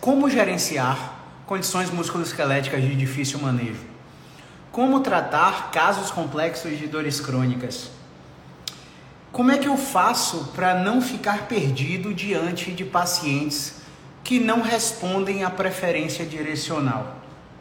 Como gerenciar condições musculoesqueléticas de difícil manejo? Como tratar casos complexos de dores crônicas? Como é que eu faço para não ficar perdido diante de pacientes que não respondem à preferência direcional?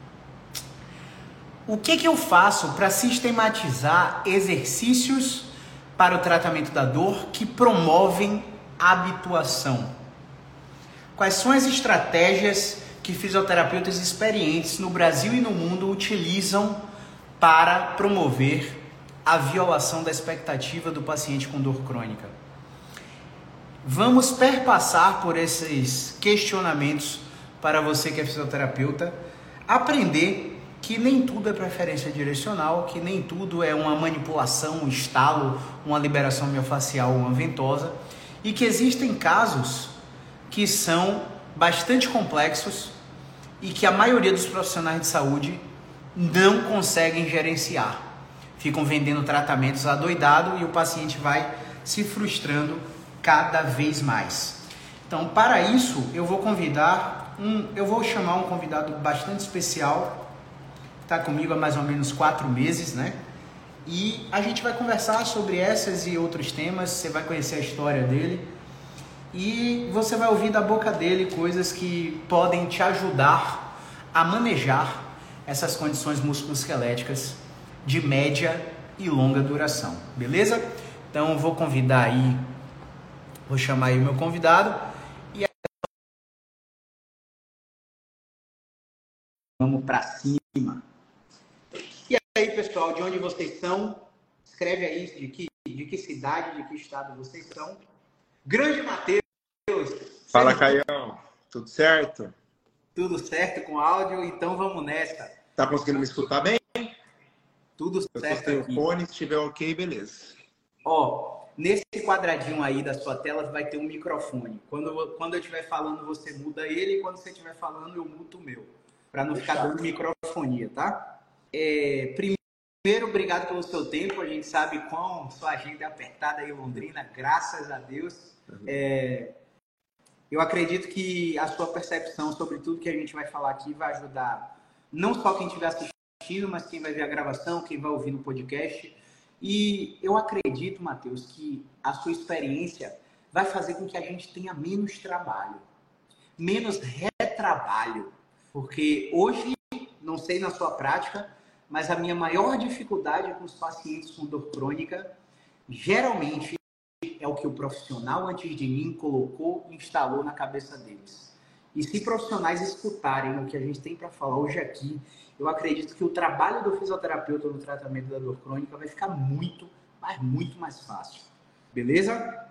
O que eu faço para sistematizar exercícios para o tratamento da dor que promovem habituação? Quais são as estratégias que fisioterapeutas experientes no Brasil e no mundo utilizam para promover a violação da expectativa do paciente com dor crônica? Vamos perpassar por esses questionamentos para você que é fisioterapeuta, aprender que nem tudo é preferência direcional, que nem tudo é uma manipulação, um estalo, uma liberação miofascial, uma ventosa, e que existem casos que são bastante complexos e que a maioria dos profissionais de saúde não conseguem gerenciar. Ficam vendendo tratamentos adoidado e o paciente vai se frustrando cada vez mais. Então, para isso, eu vou chamar um convidado bastante especial, que está comigo há mais ou menos 4 meses, né? E a gente vai conversar sobre essas e outros temas, você vai conhecer a história dele e você vai ouvir da boca dele coisas que podem te ajudar a manejar essas condições musculoesqueléticas de média e longa duração, beleza? Então vou chamar aí o meu convidado e vamos para cima. E aí, pessoal, de onde vocês são? Escreve aí de que cidade, de que estado vocês são. Grande Matheus. Fala, Caião. Tudo certo? Tudo certo com áudio, então vamos nessa. Tá conseguindo me escutar bem? Tudo certo eu aqui. o fone, se estiver ok, beleza. Ó, nesse quadradinho aí da sua tela vai ter um microfone. Quando eu estiver falando, você muda ele, e quando você estiver falando, eu muto o meu. Para não ficar dando microfonia, tá? Primeiro, obrigado pelo seu tempo. A gente sabe quão sua agenda é apertada aí em Londrina, graças a Deus. Eu acredito que a sua percepção sobre tudo que a gente vai falar aqui vai ajudar não só quem estiver assistindo, mas quem vai ver a gravação, quem vai ouvir no podcast. E eu acredito, Matheus, que a sua experiência vai fazer com que a gente tenha menos trabalho, menos retrabalho. Porque hoje, não sei na sua prática, mas a minha maior dificuldade com os pacientes com dor crônica, geralmente, é o que o profissional antes de mim colocou e instalou na cabeça deles. E se profissionais escutarem o que a gente tem para falar hoje aqui, eu acredito que o trabalho do fisioterapeuta no tratamento da dor crônica vai ficar muito, mas muito mais fácil. Beleza?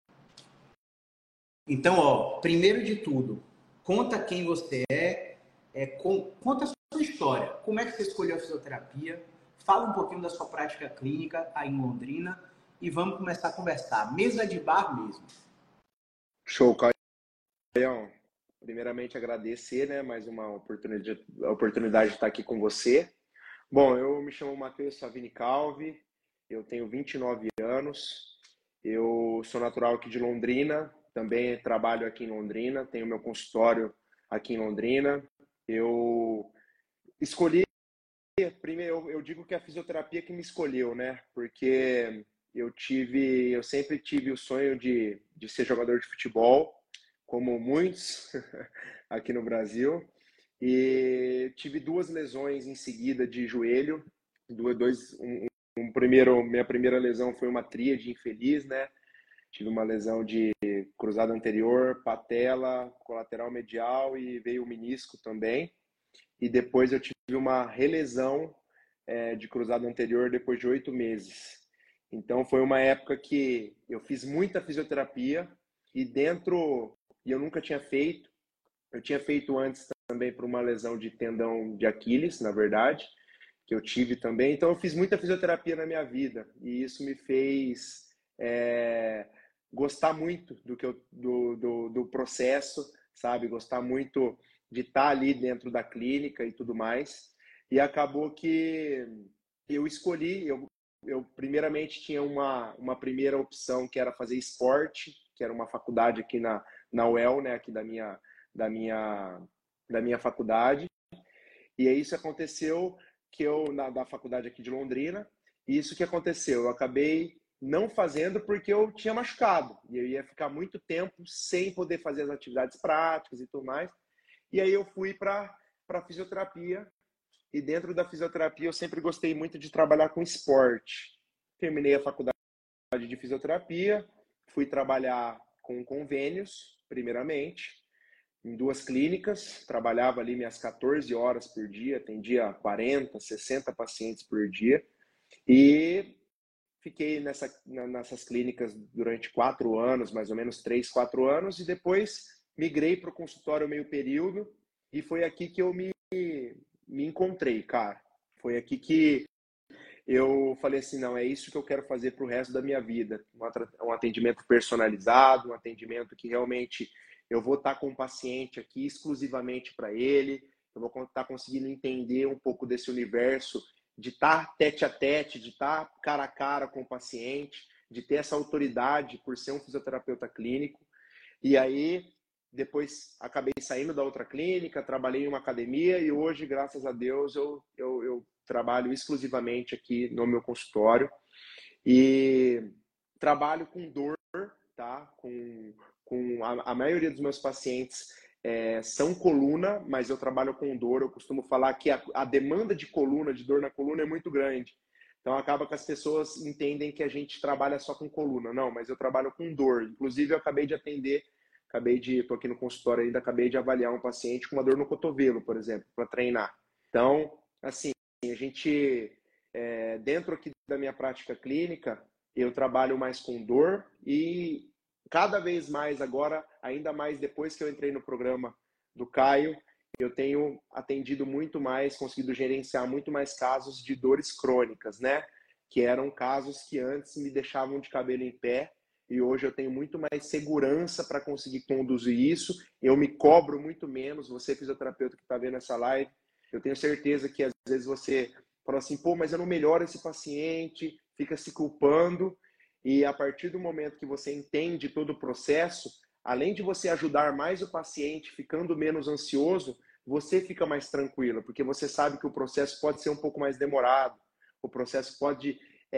Então, primeiro de tudo, conta quem você conta a sua história. Como é que você escolheu a fisioterapia? Fala um pouquinho da sua prática clínica aí em Londrina e vamos começar a conversar. Mesa de bar mesmo. Show, Caião. Primeiramente, agradecer, né, mais uma oportunidade de estar aqui com você. Bom, eu me chamo Matheus Savini Calvi, eu tenho 29 anos, eu sou natural aqui de Londrina, também trabalho aqui em Londrina, tenho meu consultório aqui em Londrina. Eu escolhi, primeiro, eu digo que é a fisioterapia que me escolheu, né, porque eu sempre tive o sonho de ser jogador de futebol, como muitos aqui no Brasil, e tive 2 lesões em seguida de joelho. Minha primeira lesão foi uma tríade infeliz, né? Tive uma lesão de cruzado anterior, patela, colateral medial e veio o menisco também. E depois eu tive uma relesão de cruzado anterior depois de 8 meses. Então foi uma época que eu fiz muita fisioterapia e eu nunca tinha feito. Eu tinha feito antes também por uma lesão de tendão de Aquiles, na verdade, que eu tive também. Então eu fiz muita fisioterapia na minha vida e isso me fez gostar muito do processo, sabe? Gostar muito de estar ali dentro da clínica e tudo mais. E acabou que eu escolhi, eu primeiramente tinha uma primeira opção que era fazer esporte, que era uma faculdade aqui na UEL, né, aqui da da minha faculdade. E aí isso aconteceu que da faculdade aqui de Londrina, e isso que aconteceu, eu acabei não fazendo porque eu tinha machucado, e eu ia ficar muito tempo sem poder fazer as atividades práticas e tudo mais. E aí eu fui para fisioterapia, e dentro da fisioterapia eu sempre gostei muito de trabalhar com esporte. Terminei a faculdade de fisioterapia, fui trabalhar com convênios, primeiramente, em 2 clínicas, trabalhava ali minhas 14 horas por dia, atendia 40, 60 pacientes por dia, e fiquei nessas clínicas durante 4 anos, mais ou menos 3, 4 anos, e depois migrei para o consultório meio período, e foi aqui que eu me encontrei, cara. Foi aqui que eu falei assim, não, é isso que eu quero fazer para o resto da minha vida. Um atendimento personalizado, um atendimento que realmente eu vou estar com o paciente aqui exclusivamente para ele, eu vou estar conseguindo entender um pouco desse universo de estar tete a tete, de estar cara a cara com o paciente, de ter essa autoridade por ser um fisioterapeuta clínico. E aí, depois acabei saindo da outra clínica, trabalhei em uma academia e hoje, graças a Deus, eu trabalho exclusivamente aqui no meu consultório e trabalho com dor, tá? Com a maioria dos meus pacientes são coluna, mas eu trabalho com dor. Eu costumo falar que a demanda de coluna, de dor na coluna é muito grande. Então acaba que as pessoas entendem que a gente trabalha só com coluna. Não, mas eu trabalho com dor. Inclusive eu acabei de atender, estou aqui no consultório ainda, acabei de avaliar um paciente com uma dor no cotovelo, por exemplo, para treinar. Então, assim, a gente, dentro aqui da minha prática clínica, eu trabalho mais com dor e cada vez mais agora, ainda mais depois que eu entrei no programa do Caio, eu tenho atendido muito mais, conseguido gerenciar muito mais casos de dores crônicas, né? Que eram casos que antes me deixavam de cabelo em pé e hoje eu tenho muito mais segurança para conseguir conduzir isso. Eu me cobro muito menos. Você, fisioterapeuta que está vendo essa live, eu tenho certeza que às vezes você fala assim, pô, mas eu não melhoro esse paciente, fica se culpando. E a partir do momento que você entende todo o processo, além de você ajudar mais o paciente, ficando menos ansioso, você fica mais tranquilo, porque você sabe que o processo pode ser um pouco mais demorado, o processo pode,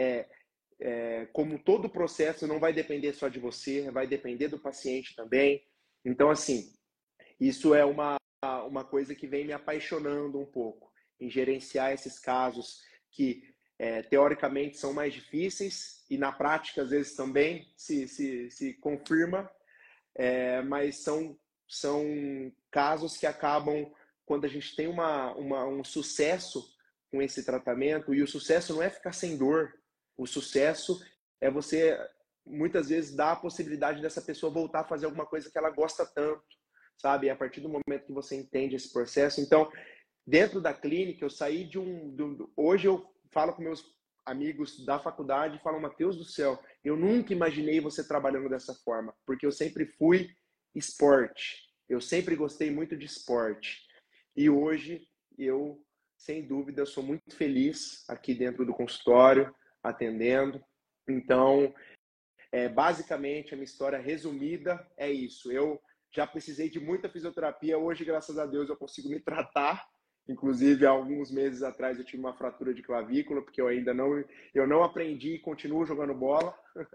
como todo processo, não vai depender só de você, vai depender do paciente também. Então, assim, isso é uma coisa que vem me apaixonando um pouco, em gerenciar esses casos que teoricamente são mais difíceis e na prática às vezes também se confirma, mas são casos que acabam, quando a gente tem um sucesso com esse tratamento, e o sucesso não é ficar sem dor, o sucesso é você muitas vezes dar a possibilidade dessa pessoa voltar a fazer alguma coisa que ela gosta tanto, sabe? E a partir do momento que você entende esse processo, então dentro da clínica, eu saí hoje eu falo com meus amigos da faculdade e falo, Matheus do céu, eu nunca imaginei você trabalhando dessa forma, porque eu sempre fui esporte, eu sempre gostei muito de esporte. E hoje eu, sem dúvida, sou muito feliz aqui dentro do consultório, atendendo. Então, basicamente, a minha história resumida é isso. Eu já precisei de muita fisioterapia, hoje, graças a Deus, eu consigo me tratar. Inclusive, há alguns meses atrás eu tive uma fratura de clavícula, porque eu não aprendi e continuo jogando bola.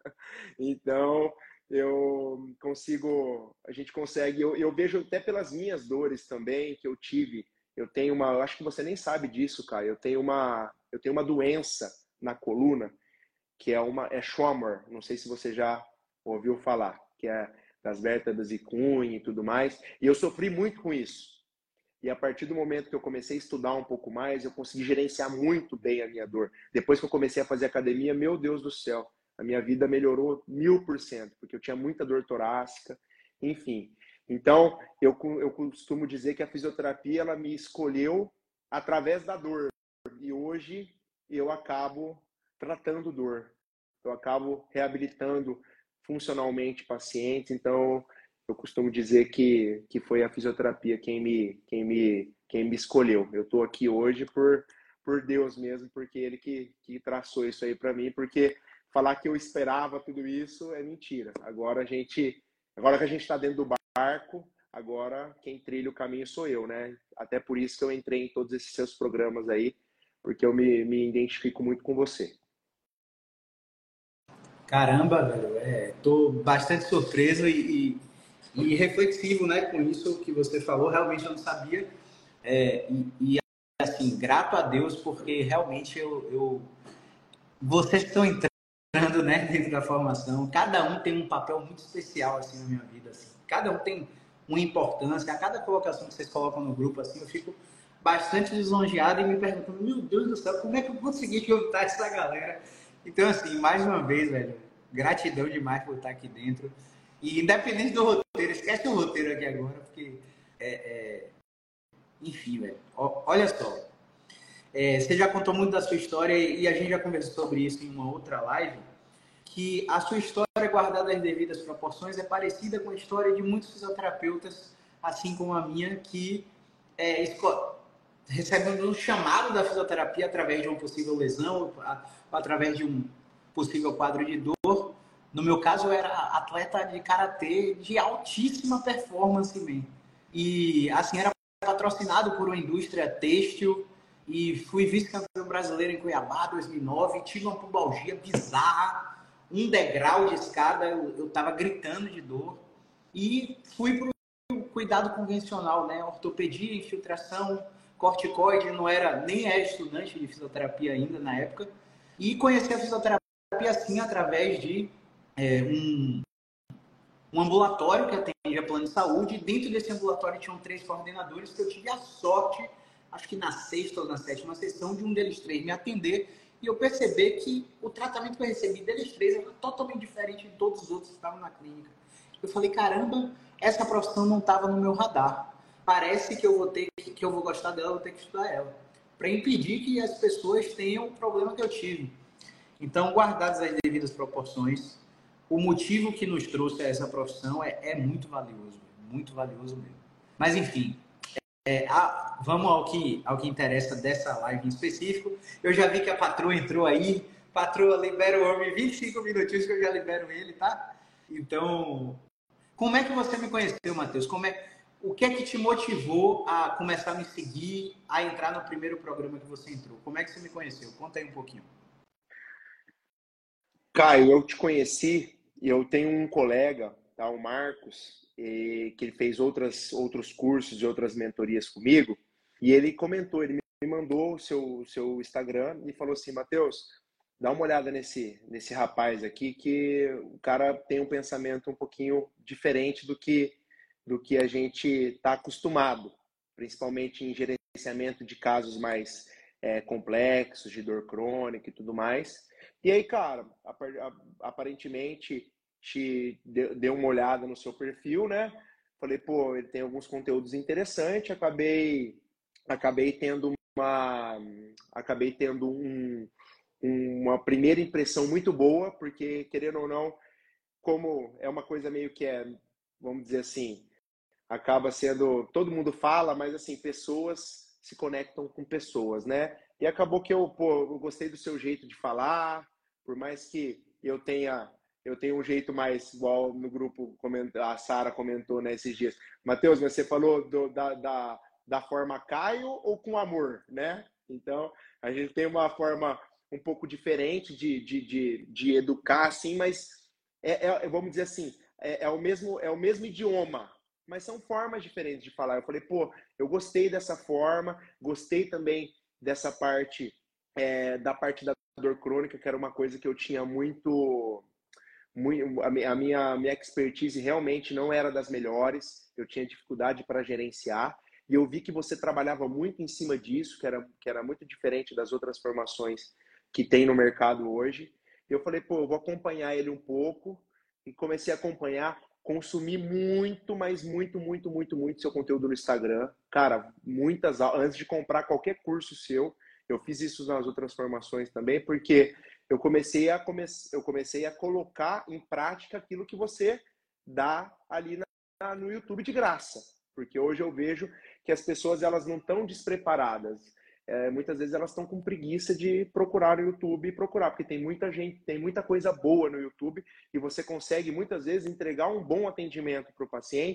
Então, a gente consegue, eu vejo até pelas minhas dores também que eu tive. Eu acho que você nem sabe disso, cara. Eu tenho uma doença na coluna, que é Schomer, não sei se você já ouviu falar, que é das vértebras e cunha e tudo mais. E eu sofri muito com isso. E a partir do momento que eu comecei a estudar um pouco mais, eu consegui gerenciar muito bem a minha dor. Depois que eu comecei a fazer academia, meu Deus do céu, a minha vida melhorou 1000%, porque eu tinha muita dor torácica, enfim. Então, eu costumo dizer que a fisioterapia, ela me escolheu através da dor. E hoje eu acabo tratando dor. Eu acabo reabilitando funcionalmente pacientes. Então, eu costumo dizer que foi a fisioterapia quem me escolheu. Eu estou aqui hoje por Deus mesmo, porque Ele que traçou isso aí para mim, porque falar que eu esperava tudo isso é mentira. Agora que a gente está dentro do barco, agora quem trilha o caminho sou eu, né? Até por isso que eu entrei em todos esses seus programas aí, porque eu me identifico muito com você. Caramba, velho, tô bastante surpreso e reflexivo, né, com isso que você falou. Realmente eu não sabia. Assim, grato a Deus, porque realmente vocês estão entrando, né, dentro da formação. Cada um tem um papel muito especial, assim, na minha vida, assim. Cada um tem uma importância. A cada colocação que vocês colocam no grupo, assim, eu fico bastante lisonjeado e me perguntando, meu Deus do céu, como é que eu consegui juntar essa galera? Então, assim, mais uma vez, velho, gratidão demais por estar aqui dentro. E independente do roteiro, esquece o roteiro aqui agora, porque, enfim, velho, olha só. Você já contou muito da sua história e a gente já conversou sobre isso em uma outra live, que a sua história, guardada às devidas proporções, é parecida com a história de muitos fisioterapeutas, assim como a minha, que recebem um chamado da fisioterapia através de uma possível lesão, através de um possível quadro de dor. No meu caso, eu era atleta de karatê de altíssima performance, man. E, assim, era patrocinado por uma indústria têxtil e fui vice-campeão brasileiro em Cuiabá 2009. Tive uma pubalgia bizarra, um degrau de escada, eu tava gritando de dor. E fui pro cuidado convencional, né? Ortopedia, infiltração, corticoide, não era, nem era estudante de fisioterapia ainda na época. E conheci a fisioterapia assim através de um ambulatório que atendia plano de saúde. Dentro desse ambulatório tinham 3 coordenadores que eu tive a sorte, acho que na 6ª ou na 7ª sessão, de um deles 3 me atender e eu perceber que o tratamento que eu recebi deles 3 era totalmente diferente de todos os outros que estavam na clínica. Eu falei, caramba, essa profissão não estava no meu radar. Parece que eu vou gostar dela, eu vou ter que estudar ela, para impedir que as pessoas tenham o problema que eu tive. Então, guardadas as devidas proporções, o motivo que nos trouxe a essa profissão é muito valioso mesmo. Mas, enfim, vamos ao que interessa dessa live em específico. Eu já vi que a patroa entrou aí. Patroa, libera o homem 25 minutinhos que eu já libero ele, tá? Então, como é que você me conheceu, Matheus? O que é que te motivou a começar a me seguir, a entrar no primeiro programa que você entrou? Como é que você me conheceu? Conta aí um pouquinho. Caio, eu te conheci e eu tenho um colega, tá, o Marcos, que ele fez outros cursos e outras mentorias comigo, e ele comentou, ele me mandou o seu Instagram e falou assim, Matheus, dá uma olhada nesse rapaz aqui, que o cara tem um pensamento um pouquinho diferente do que a gente está acostumado, principalmente em gerenciamento de casos mais complexos, de dor crônica e tudo mais. E aí, cara, aparentemente te deu uma olhada no seu perfil, né? Falei, pô, ele tem alguns conteúdos interessantes, acabei tendo uma primeira impressão muito boa, porque, querendo ou não, como é uma coisa meio que vamos dizer assim, acaba sendo, todo mundo fala, mas assim, pessoas se conectam com pessoas, né? E acabou que eu gostei do seu jeito de falar, por mais que eu tenha um jeito mais igual no grupo, a Sara comentou, né, esses dias. Matheus, você falou da forma Caio ou com amor, né? Então, a gente tem uma forma um pouco diferente de educar, assim, mas vamos dizer assim, é o mesmo idioma, mas são formas diferentes de falar. Eu falei, pô, eu gostei dessa forma, gostei também dessa parte, da parte da dor crônica, que era uma coisa que eu tinha a minha expertise realmente não era das melhores, eu tinha dificuldade para gerenciar, e eu vi que você trabalhava muito em cima disso, que era muito diferente das outras formações que tem no mercado hoje. E eu falei, pô, eu vou acompanhar ele um pouco, e comecei a acompanhar, consumi muito, mas muito, muito, muito, muito seu conteúdo no Instagram. Cara, muitas aulas, antes de comprar qualquer curso seu, eu fiz isso nas outras formações também, porque eu comecei a colocar em prática aquilo que você dá ali no YouTube de graça. Porque hoje eu vejo que as pessoas elas não estão despreparadas. Muitas vezes elas estão com preguiça de procurar no YouTube e procurar, porque tem muita gente, tem muita coisa boa no YouTube e você consegue muitas vezes entregar um bom atendimento para o paciente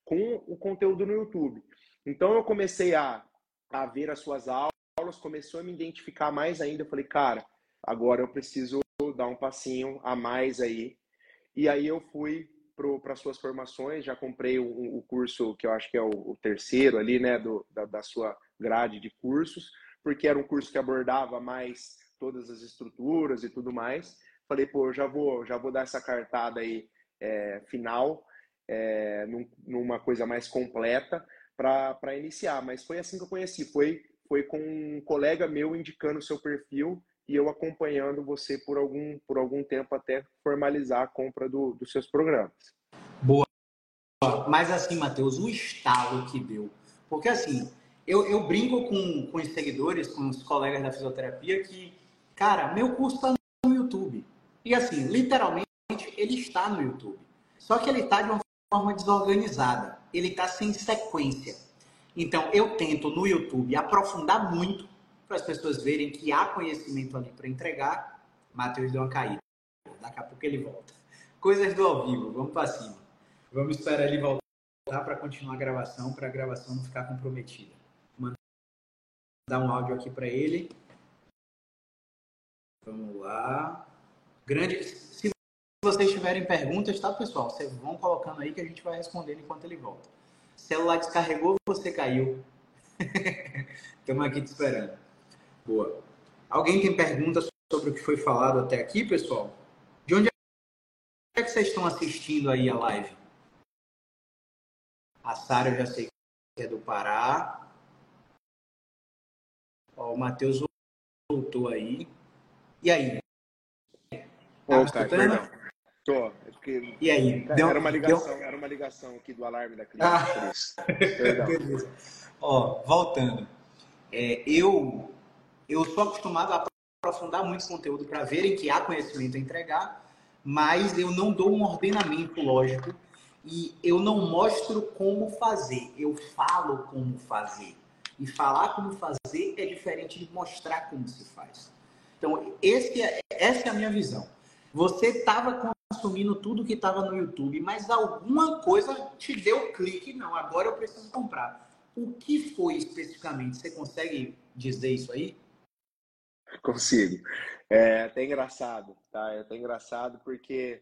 com o conteúdo no YouTube. Então eu comecei a ver as suas aulas, começou a me identificar mais ainda. Eu falei, cara, agora eu preciso dar um passinho a mais aí. E aí eu fui para as suas formações, já comprei o curso que eu acho que é o terceiro ali, né, da sua grade de cursos, porque era um curso que abordava mais todas as estruturas e tudo mais. Falei, pô, eu já vou dar essa cartada aí final, numa coisa mais completa para iniciar. Mas foi assim que eu conheci, foi com um colega meu indicando o seu perfil e eu acompanhando você por algum tempo até formalizar a compra dos seus programas. Boa. Mas assim, Matheus, o estalo que deu. Porque assim, eu brinco com os seguidores, com os colegas da fisioterapia que, cara, meu curso está no YouTube. E assim, literalmente, ele está no YouTube. Só que ele está de uma forma desorganizada. Ele está sem sequência. Então, eu tento no YouTube aprofundar muito para as pessoas verem que há conhecimento ali para entregar. Matheus deu uma caída. Daqui a pouco ele volta. Coisas do ao vivo, vamos para cima. Vamos esperar ele voltar para continuar a gravação, para a gravação não ficar comprometida. Vou mandar um áudio aqui para ele. Vamos lá. Se vocês tiverem perguntas, tá, pessoal? Vocês vão colocando aí que a gente vai respondendo enquanto ele volta. Celular descarregou, você caiu. Estamos aqui te esperando. Boa. Alguém tem perguntas sobre o que foi falado até aqui, pessoal? De onde é que vocês estão assistindo aí a live? A Sara, eu já sei que é do Pará. Ó, o Matheus voltou aí. E aí? Tá me escutando? Perdão. Tô. E aí? Era uma ligação aqui do alarme da clínica, por isso. Perdão. Ó, voltando. Eu sou acostumado a aprofundar muito conteúdo para verem que há conhecimento a entregar, mas eu não dou um ordenamento lógico e eu não mostro como fazer. Eu falo como fazer. E falar como fazer é diferente de mostrar como se faz. Então, essa é a minha visão. Você estava consumindo tudo que estava no YouTube, mas alguma coisa te deu clique. Não, agora eu preciso comprar. O que foi especificamente? Você consegue dizer isso aí? Consigo. É até engraçado, tá? É até engraçado porque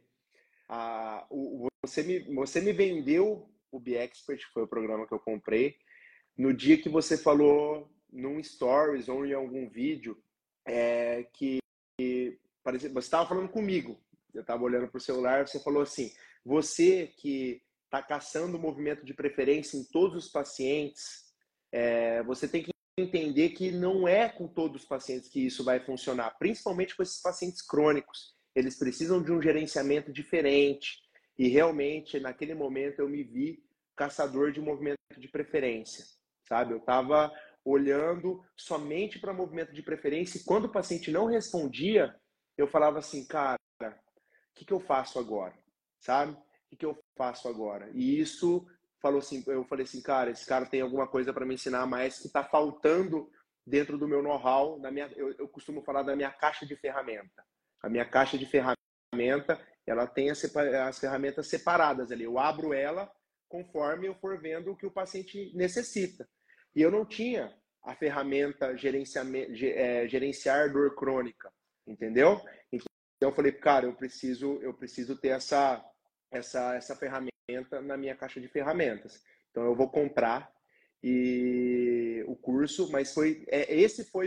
você me vendeu o BeExpert, que foi o programa que eu comprei, no dia que você falou num stories ou em algum vídeo que parecia, você estava falando comigo. Eu estava olhando para o celular, você falou assim, você que está caçando o movimento de preferência em todos os pacientes, você tem que entender que não é com todos os pacientes que isso vai funcionar, principalmente com esses pacientes crônicos. Eles precisam de um gerenciamento diferente. E realmente, naquele momento, eu me vi caçador de movimento de preferência, sabe? Eu estava olhando somente para movimento de preferência e quando o paciente não respondia, eu falava assim, cara, o que eu faço agora? Sabe? O que eu faço agora? E isso eu falei assim, cara, esse cara tem alguma coisa para me ensinar mais que está faltando dentro do meu know-how, eu costumo falar da minha caixa de ferramenta. A minha caixa de ferramenta, ela tem as ferramentas separadas ali. Eu abro ela conforme eu for vendo o que o paciente necessita. E eu não tinha a ferramenta gerenciar dor crônica, entendeu? Então eu falei, cara, eu preciso ter essa ferramenta na minha caixa de ferramentas. Então eu vou comprar o curso, mas esse foi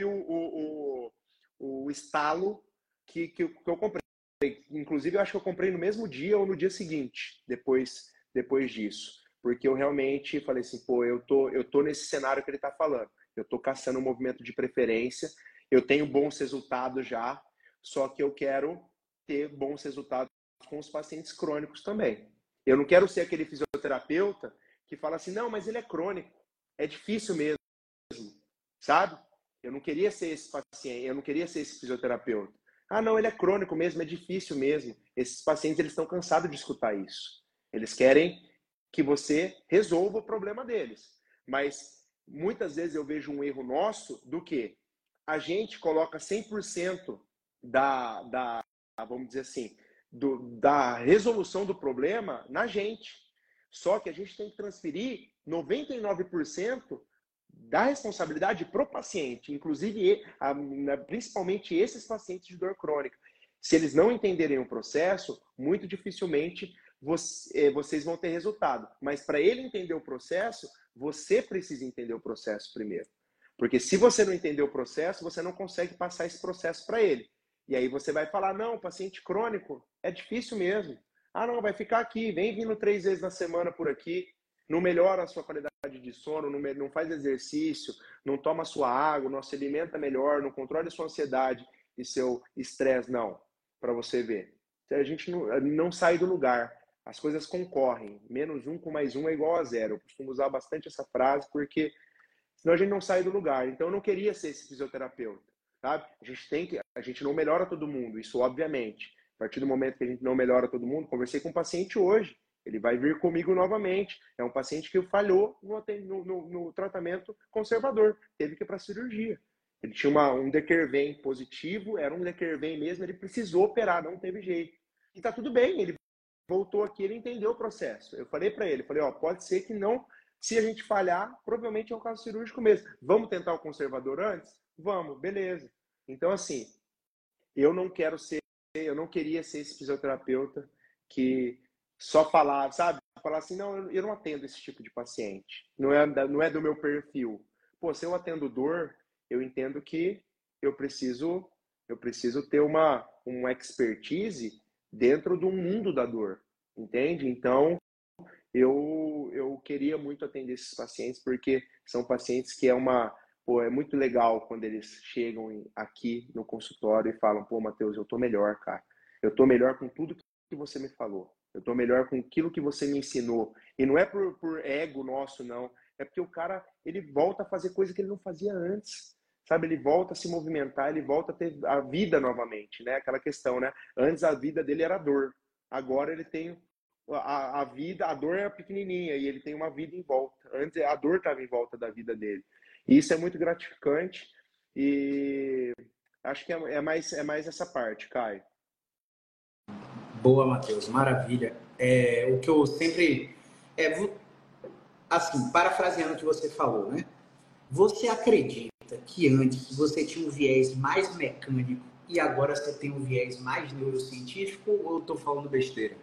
o estalo que eu comprei. Inclusive, eu acho que eu comprei no mesmo dia ou no dia seguinte, depois disso. Porque eu realmente falei assim, pô, eu tô nesse cenário que ele está falando. Eu tô caçando um movimento de preferência, eu tenho bons resultados já, só que eu quero ter bons resultados com os pacientes crônicos também. Eu não quero ser aquele fisioterapeuta que fala assim, não, mas ele é crônico, é difícil mesmo, sabe? Eu não queria ser esse paciente, eu não queria ser esse fisioterapeuta. Ah, não, ele é crônico mesmo, é difícil mesmo. Esses pacientes, eles estão cansados de escutar isso. Eles querem que você resolva o problema deles. Mas muitas vezes eu vejo um erro nosso do que a gente coloca 100% vamos dizer assim, da resolução do problema na gente. Só que a gente tem que transferir 99% da responsabilidade para o paciente, inclusive, principalmente esses pacientes de dor crônica. Se eles não entenderem o processo, muito dificilmente vocês vão ter resultado. Mas para ele entender o processo, você precisa entender o processo primeiro. Porque se você não entender o processo, você não consegue passar esse processo para ele. E aí você vai falar, não, paciente crônico é difícil mesmo. Ah, não, vai ficar aqui, vem vindo 3 vezes na semana por aqui, não melhora a sua qualidade de sono, não faz exercício, não toma sua água, não se alimenta melhor, não controla a sua ansiedade e seu estresse, não. Para você ver. A gente não sai do lugar. As coisas concorrem. -1 com +1 é igual a 0. Eu costumo usar bastante essa frase porque senão a gente não sai do lugar. Então eu não queria ser esse fisioterapeuta, sabe? A gente não melhora todo mundo, isso obviamente. A partir do momento que a gente não melhora todo mundo, conversei com um paciente hoje, ele vai vir comigo novamente. É um paciente que falhou no tratamento conservador, teve que ir para a cirurgia. Ele tinha um Dequervain positivo, era um Dequervain mesmo, ele precisou operar, não teve jeito. E tá tudo bem, ele voltou aqui, ele entendeu o processo. Eu falei para ele, ó, pode ser que não, se a gente falhar, provavelmente é um caso cirúrgico mesmo. Vamos tentar o conservador antes? Vamos, beleza. Então, assim, eu não queria ser esse fisioterapeuta que só falava, sabe? Falar assim, não, eu não atendo esse tipo de paciente. Não é do meu perfil. Pô, se eu atendo dor, eu entendo que eu preciso ter uma expertise dentro do mundo da dor, entende? Então, eu queria muito atender esses pacientes, porque são pacientes que é muito legal quando eles chegam aqui no consultório e falam, pô, Matheus, eu tô melhor, cara. Eu tô melhor com tudo que você me falou. Eu tô melhor com aquilo que você me ensinou. E não é por ego nosso, não. É porque o cara, ele volta a fazer coisa que ele não fazia antes. Sabe, ele volta a se movimentar, ele volta a ter a vida novamente, né? Aquela questão, né? Antes a vida dele era dor. Agora ele tem a vida, a dor é pequenininha e ele tem uma vida em volta. Antes a dor estava em volta da vida dele. E isso é muito gratificante e acho que é mais essa parte, Caio. Boa, Matheus, maravilha. O que eu sempre... assim, parafraseando o que você falou, né? Você acredita que antes você tinha um viés mais mecânico e agora você tem um viés mais neurocientífico ou eu estou falando besteira?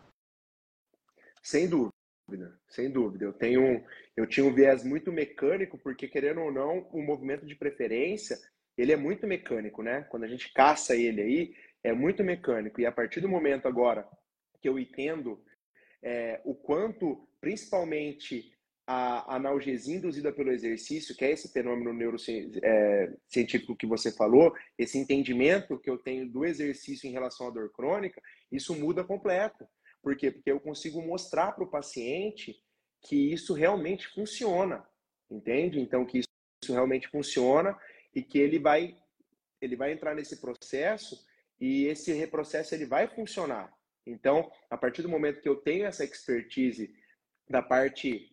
Sem dúvida, sem dúvida. Eu tinha um viés muito mecânico porque, querendo ou não, o movimento de preferência, ele é muito mecânico, né? Quando a gente caça ele aí, é muito mecânico. E a partir do momento agora que eu entendo o quanto, principalmente, a analgesia induzida pelo exercício, que é esse fenômeno neurocientífico que você falou, esse entendimento que eu tenho do exercício em relação à dor crônica, isso muda completo. Por quê? Porque eu consigo mostrar para o paciente que isso realmente funciona, entende? Então, que isso realmente funciona e que ele vai entrar nesse processo e esse processo ele vai funcionar. Então, a partir do momento que eu tenho essa expertise da parte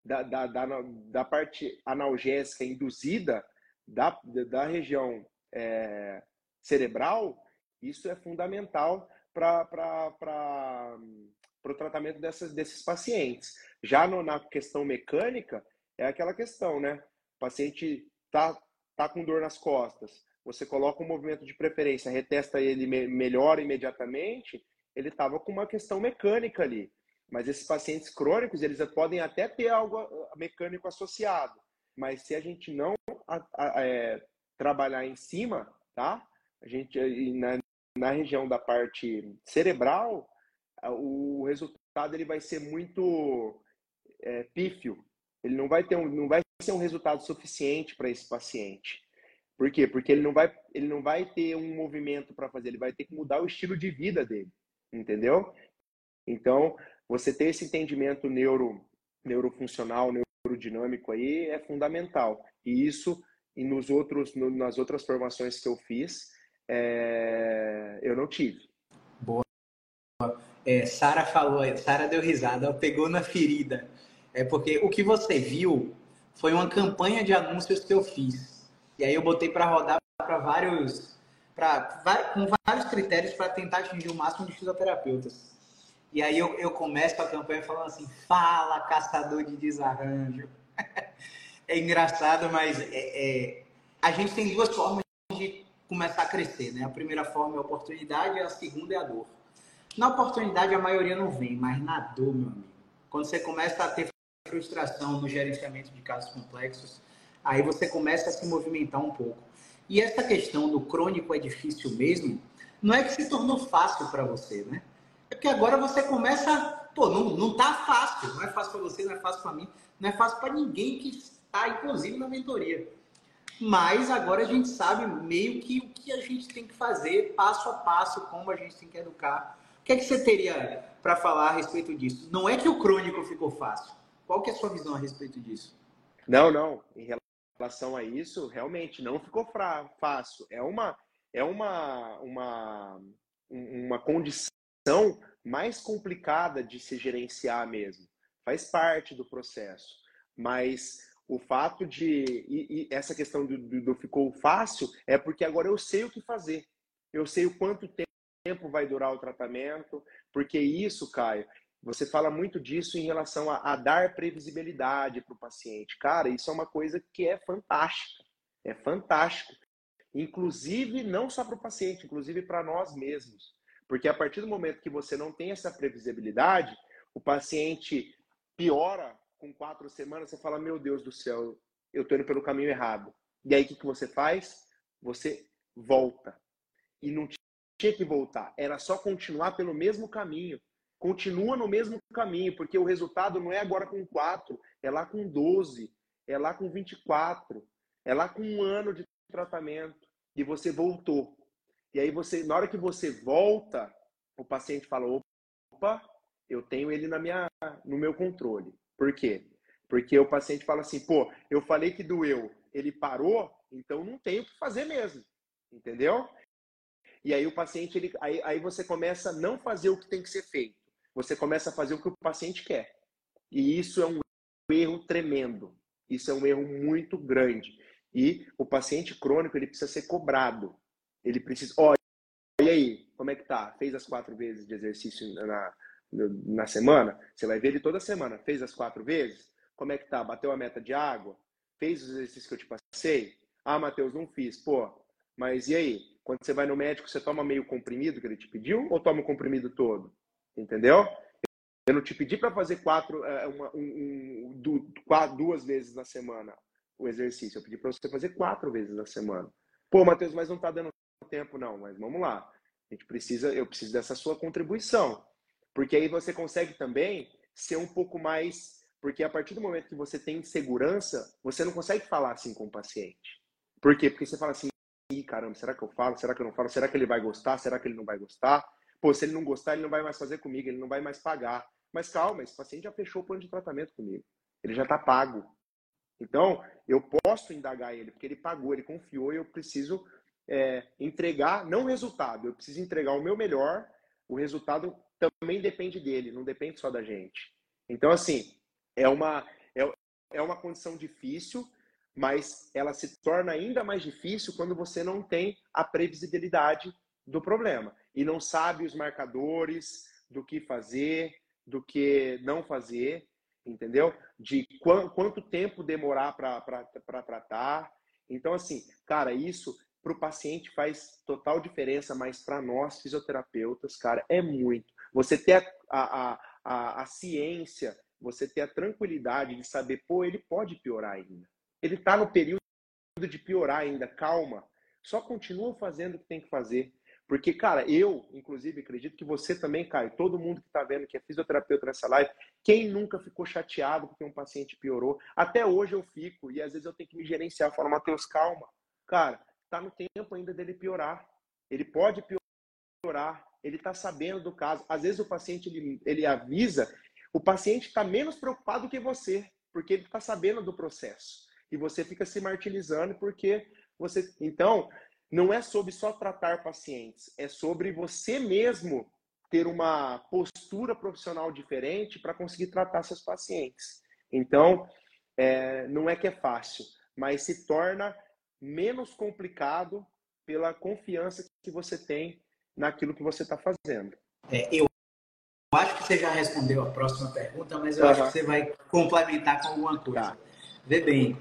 da parte analgésica induzida da região cerebral, isso é fundamental para o tratamento desses pacientes. Já na questão mecânica, é aquela questão, né? O paciente tá com dor nas costas, você coloca um movimento de preferência, retesta ele, melhora imediatamente, ele estava com uma questão mecânica ali. Mas esses pacientes crônicos, eles podem até ter algo mecânico associado. Mas se a gente não trabalhar em cima, tá? A gente, na região da parte cerebral, o resultado ele vai ser muito pífio. Ele não vai ser um resultado suficiente para esse paciente. Por quê? Porque ele não vai ter um movimento para fazer, ele vai ter que mudar o estilo de vida dele, entendeu? Então, você ter esse entendimento neurofuncional, neurodinâmico aí é fundamental. E isso, nas outras formações que eu fiz, eu não tive. Boa. Sara falou, Sara deu risada, ela pegou na ferida. Porque o que você viu foi uma campanha de anúncios que eu fiz. E aí eu botei para rodar com vários critérios para tentar atingir o máximo de fisioterapeutas. E aí eu começo a campanha falando assim, fala, caçador de desarranjo. É engraçado, mas a gente tem duas formas de começar a crescer, né? A primeira forma é a oportunidade e a segunda é a dor. Na oportunidade a maioria não vem, mas na dor, meu amigo. Quando você começa a ter frustração no gerenciamento de casos complexos, aí você começa a se movimentar um pouco. E essa questão do crônico é difícil mesmo, não é que se tornou fácil para você, né? É porque agora você começa, pô, não tá fácil, não é fácil para você, não é fácil para mim, não é fácil para ninguém que está, inclusive, na mentoria. Mas agora a gente sabe meio que o que a gente tem que fazer, passo a passo, como a gente tem que educar. O que é que você teria para falar a respeito disso? Não é que o crônico ficou fácil. Qual que é a sua visão a respeito disso? Não. Em relação a isso, realmente não ficou fácil. É uma condição mais complicada de se gerenciar mesmo. Faz parte do processo. Mas o fato de essa questão do ficou fácil é porque agora eu sei o que fazer. Eu sei o quanto tempo vai durar o tratamento, porque isso, Caio, você fala muito disso em relação a dar previsibilidade para o paciente. Cara, isso é uma coisa que é fantástica. É fantástico. Inclusive, não só para o paciente, inclusive para nós mesmos. Porque a partir do momento que você não tem essa previsibilidade, o paciente piora com 4 semanas, você fala, meu Deus do céu, eu estou indo pelo caminho errado. E aí, o que você faz? Você volta. E não tinha que voltar, era só continuar pelo mesmo caminho. Continua no mesmo caminho, porque o resultado não é agora com 4, é lá com 12, é lá com 24, é lá com 1 ano de tratamento. E você voltou. E aí você, na hora que você volta, o paciente fala, opa, eu tenho ele no meu controle. Por quê? Porque o paciente fala assim, pô, eu falei que doeu, ele parou, então não tenho o que fazer mesmo. Entendeu? E aí o paciente, aí você começa a não fazer o que tem que ser feito. Você começa a fazer o que o paciente quer. E isso é um erro tremendo. Isso é um erro muito grande. E o paciente crônico, ele precisa ser cobrado. Ele precisa, ó, e aí, como é que tá? Fez as 4 vezes de exercício na semana? Você vai ver ele toda semana. Fez as 4 vezes? Como é que tá? Bateu a meta de água? Fez os exercícios que eu te passei? Ah, Matheus, não fiz. Pô, mas e aí? Quando você vai no médico, você toma meio comprimido que ele te pediu ou toma o comprimido todo? Entendeu? Eu não te pedi para fazer 2 vezes na semana o exercício. Eu pedi para você fazer 4 vezes na semana. Pô, Matheus, mas não está dando tempo, não. Mas vamos lá. Eu preciso dessa sua contribuição. Porque aí você consegue também ser um pouco mais... Porque a partir do momento que você tem segurança, você não consegue falar assim com o paciente. Por quê? Porque você fala assim, ih, caramba, será que eu falo? Será que eu não falo? Será que ele vai gostar? Será que ele não vai gostar? Pô, se ele não gostar, ele não vai mais fazer comigo, ele não vai mais pagar. Mas calma, esse paciente já fechou o plano de tratamento comigo. Ele já está pago. Então, eu posso indagar ele, porque ele pagou, ele confiou e eu preciso entregar, não o resultado, eu preciso entregar o meu melhor, o resultado também depende dele, não depende só da gente. Então, assim, é uma condição difícil, mas ela se torna ainda mais difícil quando você não tem a previsibilidade do problema e não sabe os marcadores do que fazer, do que não fazer, entendeu? De quanto tempo demorar para tratar. Então, assim, cara, isso para o paciente faz total diferença, mas para nós, fisioterapeutas, cara, é muito. Você ter a ciência, você ter a tranquilidade de saber, pô, ele pode piorar ainda. Ele está no período de piorar ainda, calma. Só continua fazendo o que tem que fazer. Porque, cara, eu, inclusive, acredito que você também, Caio, todo mundo que está vendo que é fisioterapeuta nessa live, quem nunca ficou chateado porque um paciente piorou? Até hoje eu fico, e às vezes eu tenho que me gerenciar, falar, Matheus, calma. Cara, tá no tempo ainda dele piorar. Ele pode piorar, ele está sabendo do caso. Às vezes o paciente, ele avisa, o paciente está menos preocupado que você, porque ele está sabendo do processo. E você fica se martirizando porque você... Então, não é sobre só tratar pacientes, é sobre você mesmo ter uma postura profissional diferente para conseguir tratar seus pacientes. Então, não é que é fácil, mas se torna menos complicado pela confiança que você tem naquilo que você está fazendo. Eu acho que você já respondeu a próxima pergunta, mas eu acho que você vai complementar com alguma coisa. Tá. Vê bem,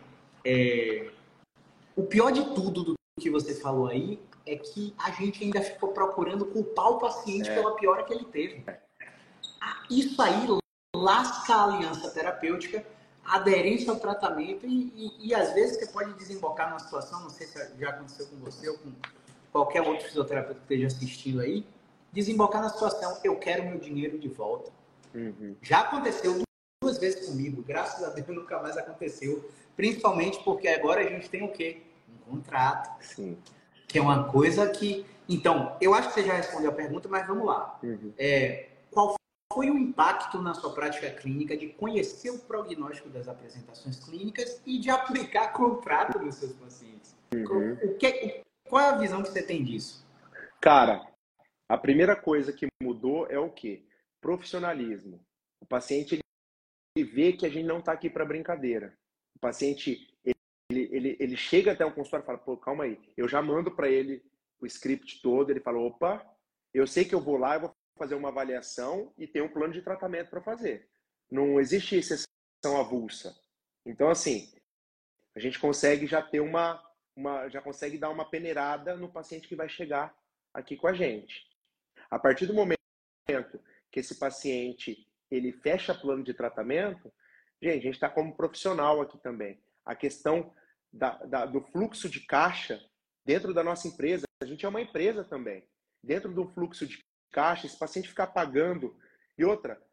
o pior de tudo do que você falou aí é que a gente ainda ficou procurando culpar o paciente pela piora que ele teve. Isso aí lasca a aliança terapêutica, a aderência ao tratamento e às vezes você pode desembocar numa situação, não sei se já aconteceu com você ou com qualquer outro fisioterapeuta que esteja assistindo aí, desembocar na situação, eu quero meu dinheiro de volta. Já aconteceu 2 vezes comigo, graças a Deus nunca mais aconteceu, principalmente porque agora a gente tem o quê? Um contrato. Sim. Que é uma coisa que... Então, eu acho que você já respondeu a pergunta, mas vamos lá. Qual foi o impacto na sua prática clínica de conhecer o prognóstico das apresentações clínicas e de aplicar contrato nos seus pacientes? Qual é a visão que você tem disso? Cara, a primeira coisa que mudou é o quê? Profissionalismo. O paciente ele vê que a gente não está aqui para brincadeira. O paciente ele chega até o consultório e fala, pô, calma aí. Eu já mando para ele o script todo, ele fala, opa, eu sei que eu vou lá, eu vou fazer uma avaliação e tem um plano de tratamento para fazer. Não existe exceção avulsa. Então, assim, a gente consegue já ter já consegue dar uma peneirada no paciente que vai chegar aqui com a gente. A partir do momento que esse paciente ele fecha plano de tratamento, gente, a gente está como profissional aqui também. A questão do fluxo de caixa dentro da nossa empresa, a gente é uma empresa também. Dentro do fluxo de caixa, esse paciente ficar pagando. E outra,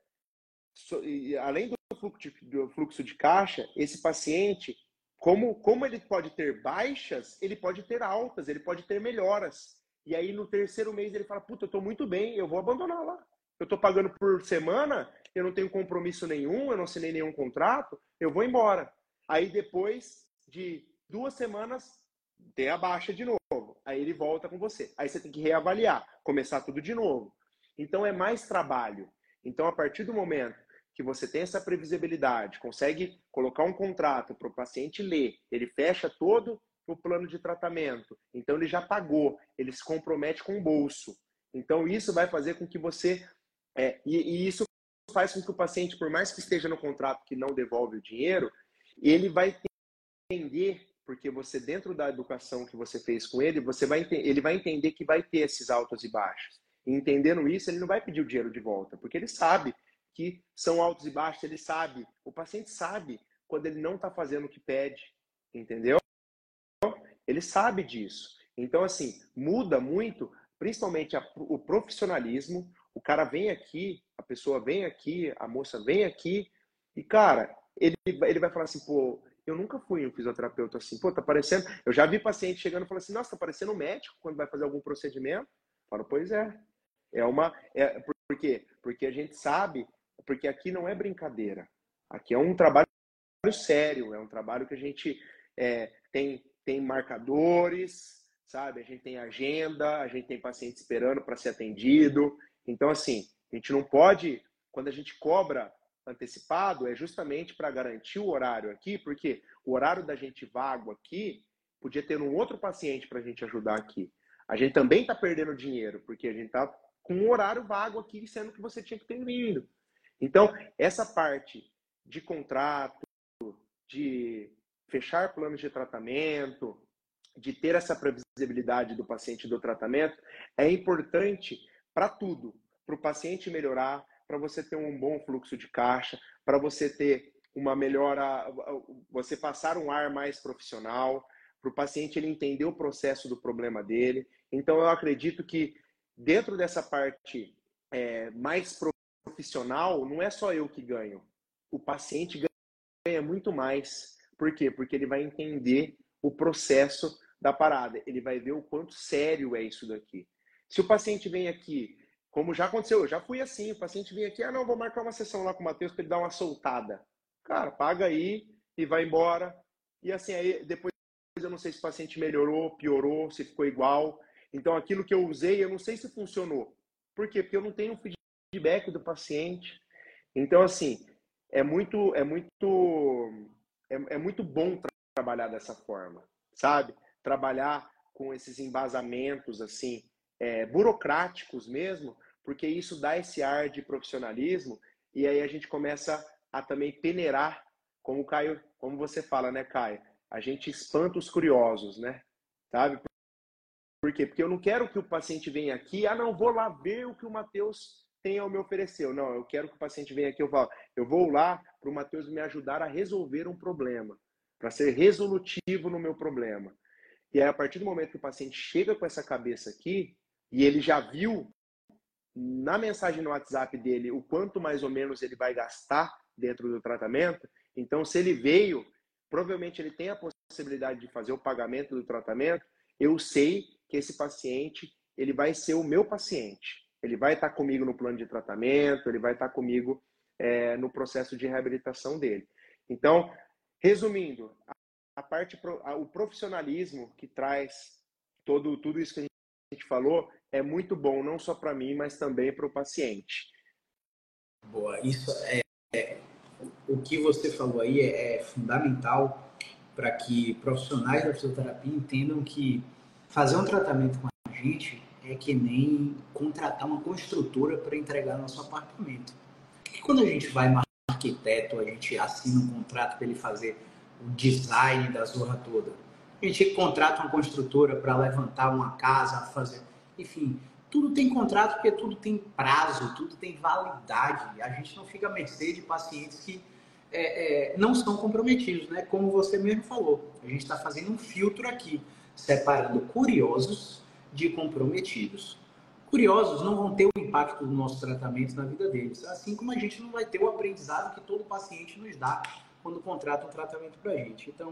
além do fluxo de caixa, esse paciente, como ele pode ter baixas, ele pode ter altas, ele pode ter melhoras. E aí no 3º mês ele fala, puta, eu estou muito bem, eu vou abandonar lá. Eu estou pagando por semana, eu não tenho compromisso nenhum, eu não assinei nenhum contrato, eu vou embora. Aí depois de 2 semanas, tem a baixa de novo. Aí ele volta com você. Aí você tem que reavaliar, começar tudo de novo. Então é mais trabalho. Então a partir do momento que você tem essa previsibilidade, consegue colocar um contrato para o paciente ler, ele fecha todo o plano de tratamento, então ele já pagou, ele se compromete com o bolso. Então isso vai fazer com que você... e isso faz com que o paciente, por mais que esteja no contrato que não devolve o dinheiro, ele vai entender, porque você, dentro da educação que você fez com ele, ele vai entender que vai ter esses altos e baixos. E entendendo isso, ele não vai pedir o dinheiro de volta, porque ele sabe que são altos e baixos, ele sabe, o paciente sabe quando ele não está fazendo o que pede, entendeu? Ele sabe disso. Então, assim, muda muito, principalmente o profissionalismo. O cara vem aqui, a pessoa vem aqui, a moça vem aqui, e, cara, ele vai falar assim, pô, eu nunca fui um fisioterapeuta assim, pô, tá parecendo... Eu já vi paciente chegando e falando assim, nossa, tá parecendo um médico quando vai fazer algum procedimento. Eu falo, pois é. Por quê? Porque a gente sabe, porque aqui não é brincadeira. Aqui é um trabalho sério, é um trabalho que a gente tem marcadores, sabe? A gente tem agenda, a gente tem paciente esperando para ser atendido. Então, assim, a gente não pode, quando a gente cobra antecipado, é justamente para garantir o horário aqui, porque o horário da gente vago aqui podia ter um outro paciente para a gente ajudar aqui. A gente também está perdendo dinheiro, porque a gente está com um horário vago aqui, sendo que você tinha que ter vindo. Então, essa parte de contrato, de fechar planos de tratamento, de ter essa previsibilidade do paciente do tratamento, é importante para tudo. Para o paciente melhorar, para você ter um bom fluxo de caixa, para você ter uma melhora, você passar um ar mais profissional, para o paciente ele entender o processo do problema dele. Então, eu acredito que dentro dessa parte mais profissional, não é só eu que ganho. O paciente ganha muito mais. Por quê? Porque ele vai entender o processo da parada. Ele vai ver o quanto sério é isso daqui. Se o paciente vem aqui, como já aconteceu, eu já fui assim, o paciente vem aqui, não, vou marcar uma sessão lá com o Matheus para ele dar uma soltada. Cara, paga aí e vai embora. E assim, aí depois eu não sei se o paciente melhorou, piorou, se ficou igual. Então aquilo que eu usei, eu não sei se funcionou. Por quê? Porque eu não tenho feedback do paciente. Então, assim, é muito bom trabalhar dessa forma, sabe? Trabalhar com esses embasamentos, assim, burocráticos mesmo, porque isso dá esse ar de profissionalismo e aí a gente começa a também peneirar, como o Caio, como você fala, né, Caio? A gente espanta os curiosos, né? Sabe? Por quê? Porque eu não quero que o paciente venha aqui, não, vou lá ver o que o Matheus tem a me oferecer. Não, eu quero que o paciente venha aqui, eu vou lá para o Matheus me ajudar a resolver um problema, para ser resolutivo no meu problema. E aí, a partir do momento que o paciente chega com essa cabeça aqui, e ele já viu na mensagem no WhatsApp dele o quanto mais ou menos ele vai gastar dentro do tratamento, então se ele veio, provavelmente ele tem a possibilidade de fazer o pagamento do tratamento, eu sei que esse paciente, ele vai ser o meu paciente. Ele vai estar comigo no plano de tratamento, ele vai estar comigo no processo de reabilitação dele. Então, resumindo, o profissionalismo que traz tudo isso que a gente falou é muito bom, não só para mim, mas também para o paciente. Boa, isso o que você falou aí é fundamental para que profissionais da fisioterapia entendam que fazer um tratamento com a gente é que nem contratar uma construtora para entregar nosso apartamento. E quando a gente vai no arquiteto, a gente assina um contrato para ele fazer o design da zorra toda. A gente contrata uma construtora para levantar uma casa, fazer... Enfim, tudo tem contrato porque tudo tem prazo, tudo tem validade. A gente não fica à mercê de pacientes que não são comprometidos, né? Como você mesmo falou. A gente está fazendo um filtro aqui, separando curiosos de comprometidos. Curiosos não vão ter o impacto do nosso tratamento na vida deles, assim como a gente não vai ter o aprendizado que todo paciente nos dá quando contrata um tratamento para a gente. Então,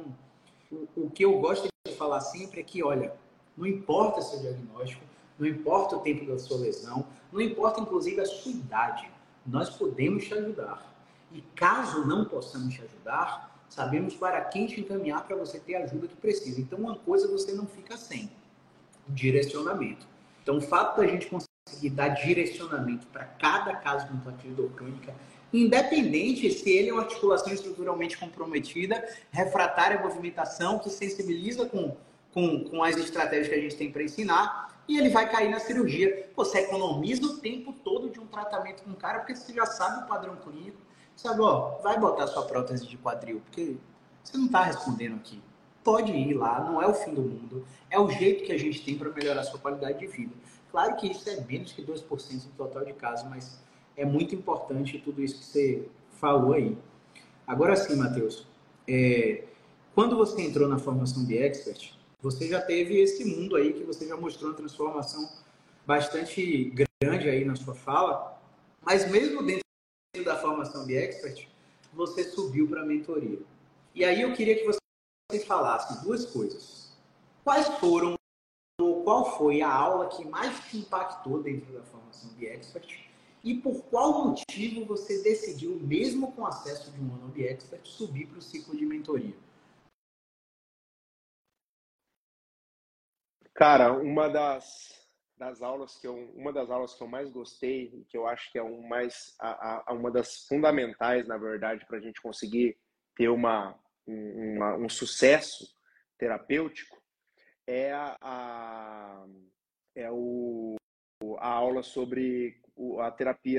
o que eu gosto de falar sempre é que, olha, não importa seu diagnóstico, não importa o tempo da sua lesão, não importa inclusive a sua idade, nós podemos te ajudar. E caso não possamos te ajudar, sabemos para quem te encaminhar para você ter a ajuda que precisa. Então, uma coisa você não fica sem: direcionamento. Então, o fato da gente conseguir dar direcionamento para cada caso de dor crônica, independente se ele é uma articulação estruturalmente comprometida, refratária à movimentação, que sensibiliza com as estratégias que a gente tem para ensinar, e ele vai cair na cirurgia. Você economiza o tempo todo de um tratamento com o cara, porque você já sabe o padrão clínico, sabe, vai botar sua prótese de quadril, porque você não está respondendo aqui. Pode ir lá, não é o fim do mundo, é o jeito que a gente tem para melhorar a sua qualidade de vida. Claro que isso é menos que 2% do total de casos, mas é muito importante tudo isso que você falou aí. Agora sim, Matheus, quando você entrou na formação de Expert, você já teve esse mundo aí que você já mostrou uma transformação bastante grande aí na sua fala, mas mesmo dentro da formação de Expert, você subiu para a mentoria. E aí eu queria que você falasse duas coisas. Quais foram, ou qual foi a aula que mais te impactou dentro da formação de Expert? E por qual motivo você decidiu, mesmo com acesso de um ano de Expert, subir para o ciclo de mentoria? Cara, uma das aulas que eu mais gostei, e que eu acho que é uma das fundamentais, na verdade, para a gente conseguir ter um sucesso terapêutico, é a aula sobre a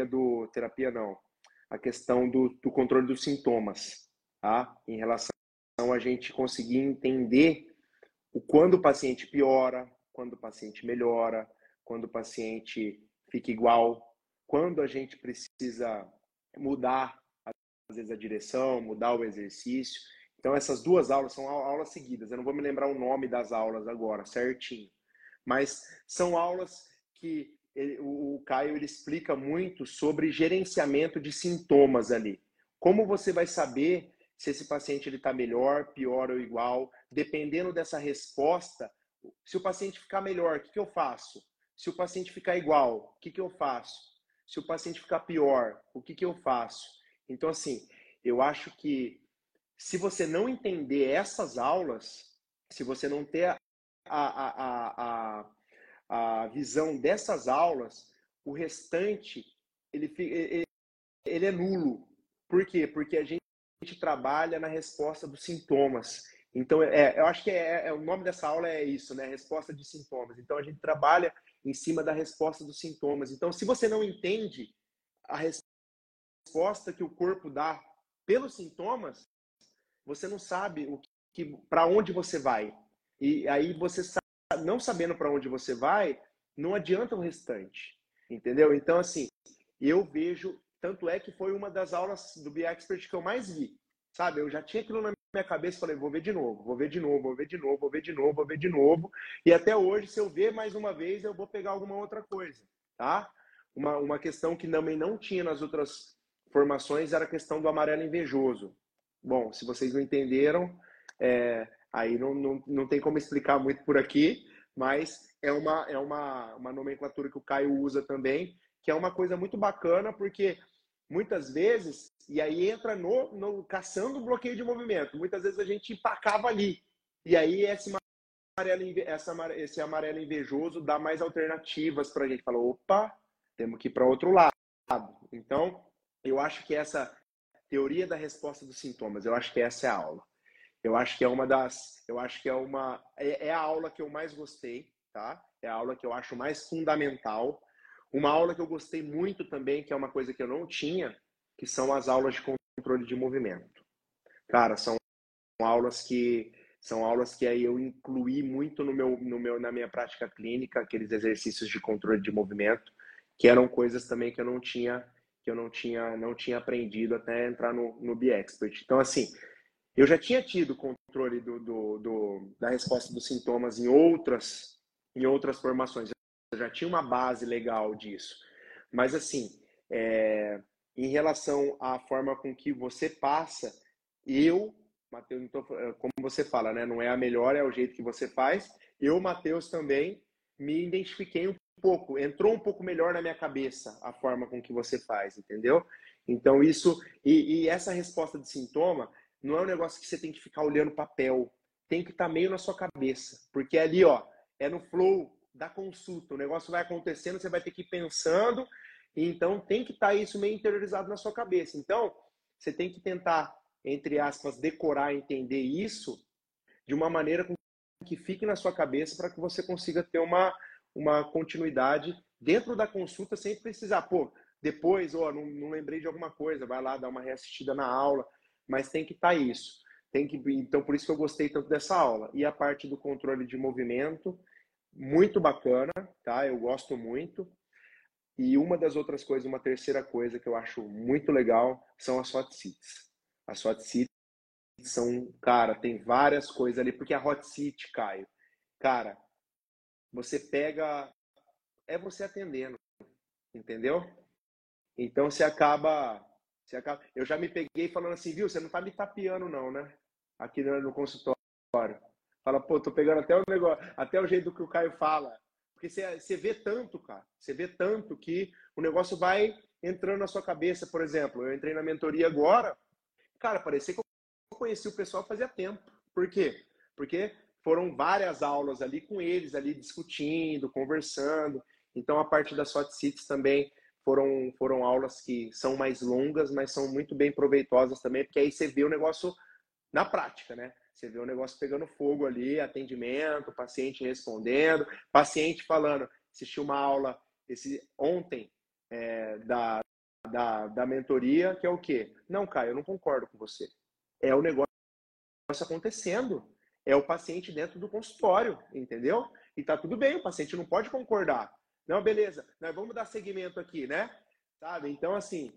a questão do controle dos sintomas, tá? Em relação a gente conseguir entender quando o paciente piora, quando o paciente melhora, quando o paciente fica igual, quando a gente precisa mudar, às vezes, a direção, mudar o exercício. Então, essas duas aulas são aulas seguidas. Eu não vou me lembrar o nome das aulas agora, certinho. Mas são aulas que o Caio ele explica muito sobre gerenciamento de sintomas ali. Como você vai saber se esse paciente está melhor, pior ou igual? Dependendo dessa resposta, se o paciente ficar melhor, o que eu faço? Se o paciente ficar igual, o que eu faço? Se o paciente ficar pior, o que eu faço? Então, assim, eu acho que se você não entender essas aulas, se você não ter a visão dessas aulas, o restante ele é nulo. Por quê? Porque a gente trabalha na resposta dos sintomas. Então, eu acho que o nome dessa aula é isso, né? Resposta de sintomas. Então, a gente trabalha em cima da resposta dos sintomas. Então, se você não entende a resposta que o corpo dá pelos sintomas, você não sabe para onde você vai. E aí você não sabendo para onde você vai, não adianta o restante. Entendeu? Então, assim, eu vejo, tanto é que foi uma das aulas do BeExpert que eu mais vi. Sabe? Eu já tinha aquilo na minha cabeça, falei, vou ver de novo, vou ver de novo, vou ver de novo, vou ver de novo, vou ver de novo. E até hoje, se eu ver mais uma vez, eu vou pegar alguma outra coisa, tá? Uma questão que também não tinha nas outras formações era a questão do amarelo invejoso. Bom, se vocês não entenderam, aí não tem como explicar muito por aqui, mas é uma nomenclatura que o Caio usa também, que é uma coisa muito bacana, porque muitas vezes, e aí entra no caçando o bloqueio de movimento, muitas vezes a gente empacava ali, e aí esse amarelo invejoso dá mais alternativas para a gente. Fala, opa, temos que ir para outro lado. Então, eu acho que essa teoria da resposta dos sintomas, eu acho que essa é a aula. Eu acho que é a aula que eu mais gostei, tá? É a aula que eu acho mais fundamental. Uma aula que eu gostei muito também, que é uma coisa que eu não tinha, que são as aulas de controle de movimento. Cara, são aulas que aí eu incluí muito na minha prática clínica, aqueles exercícios de controle de movimento, que eram coisas também que eu não tinha aprendido até entrar no BeExpert. Então, assim, eu já tinha tido controle da resposta dos sintomas em outras formações. Eu já tinha uma base legal disso. Mas, assim, em relação à forma com que você passa, Matheus, então, como você fala, né? Não é a melhor, é o jeito que você faz. Eu, Matheus, também me identifiquei um pouco. Entrou um pouco melhor na minha cabeça a forma com que você faz, entendeu? Então, isso... E essa resposta de sintoma não é um negócio que você tem que ficar olhando papel. Tem que estar meio na sua cabeça. Porque ali, ó, é no flow da consulta. O negócio vai acontecendo, você vai ter que ir pensando. Então, tem que estar isso meio interiorizado na sua cabeça. Então, você tem que tentar, entre aspas, decorar, entender isso de uma maneira que fique na sua cabeça para que você consiga ter uma continuidade dentro da consulta sem precisar. Pô, depois, não lembrei de alguma coisa, vai lá dar uma reassistida na aula, mas tem que estar isso. Então, por isso que eu gostei tanto dessa aula. E a parte do controle de movimento, muito bacana, tá? Eu gosto muito. E uma das outras coisas, uma terceira coisa que eu acho muito legal são as hot seats. As hot seats são, cara, tem várias coisas ali, porque a hot seat, Caio, cara, você pega, é você atendendo, entendeu? Então eu já me peguei falando assim, viu, você não tá me tapeando não, né? Aqui no consultório. Fala, pô, tô pegando até o negócio, até o jeito que o Caio fala. Porque você vê tanto, cara, você vê tanto que o negócio vai entrando na sua cabeça. Por exemplo, eu entrei na mentoria agora, cara, parecia que eu conheci o pessoal fazia tempo. Por quê? Porque foram várias aulas ali com eles, ali discutindo, conversando. Então, a parte das hot seats também foram aulas que são mais longas, mas são muito bem proveitosas também, porque aí você vê o negócio na prática, né? Você vê o negócio pegando fogo ali, atendimento, paciente respondendo, paciente falando. Assisti uma aula ontem da mentoria, que é o quê? Não, Caio, eu não concordo com você. É o negócio acontecendo. É o paciente dentro do consultório, entendeu? E tá tudo bem, o paciente não pode concordar. Não, beleza, nós vamos dar seguimento aqui, né? Sabe? Então, assim...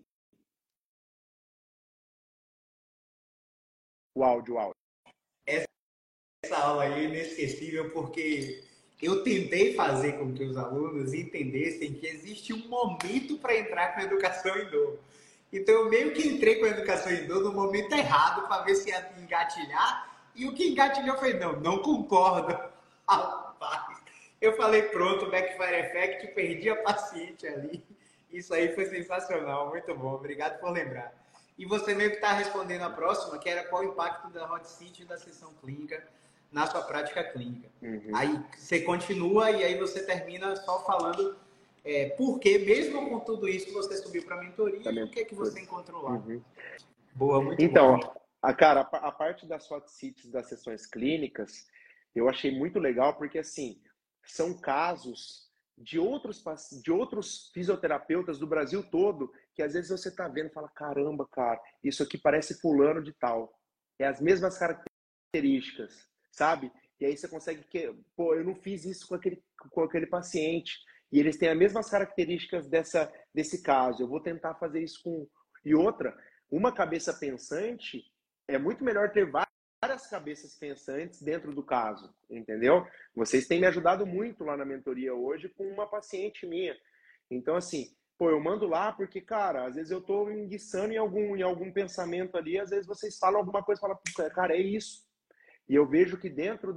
O áudio. Essa aula aí é inesquecível porque eu tentei fazer com que os alunos entendessem que existe um momento para entrar com a educação em dor. Então eu meio que entrei com a educação em dor no momento errado para ver se ia engatilhar, e o que engatilhou foi não concordo. Rapaz, eu falei pronto, backfire effect, perdi a paciente ali. Isso aí foi sensacional, muito bom, obrigado por lembrar. E você meio que está respondendo a próxima, que era qual o impacto da hot seat e da sessão clínica na sua prática clínica. Uhum. Aí você continua e aí você termina só falando por que, mesmo com tudo isso, você subiu para a mentoria e o que você encontrou lá. Uhum. Boa, muito então, bom. Cara, a parte das hot seats das sessões clínicas, eu achei muito legal porque, assim, são casos de outros fisioterapeutas do Brasil todo, que às vezes você está vendo e fala, caramba, cara, isso aqui parece fulano de tal. É as mesmas características, sabe? E aí você consegue que, pô, eu não fiz isso com aquele paciente, e eles têm as mesmas características desse caso. Eu vou tentar fazer isso com... E outra, uma cabeça pensante é muito melhor ter várias cabeças pensantes dentro do caso, entendeu? Vocês têm me ajudado muito lá na mentoria hoje com uma paciente minha. Então, assim, pô, eu mando lá porque, cara, às vezes eu tô enguiçando em algum pensamento ali, às vezes vocês falam alguma coisa e falam, cara, é isso. E eu vejo que dentro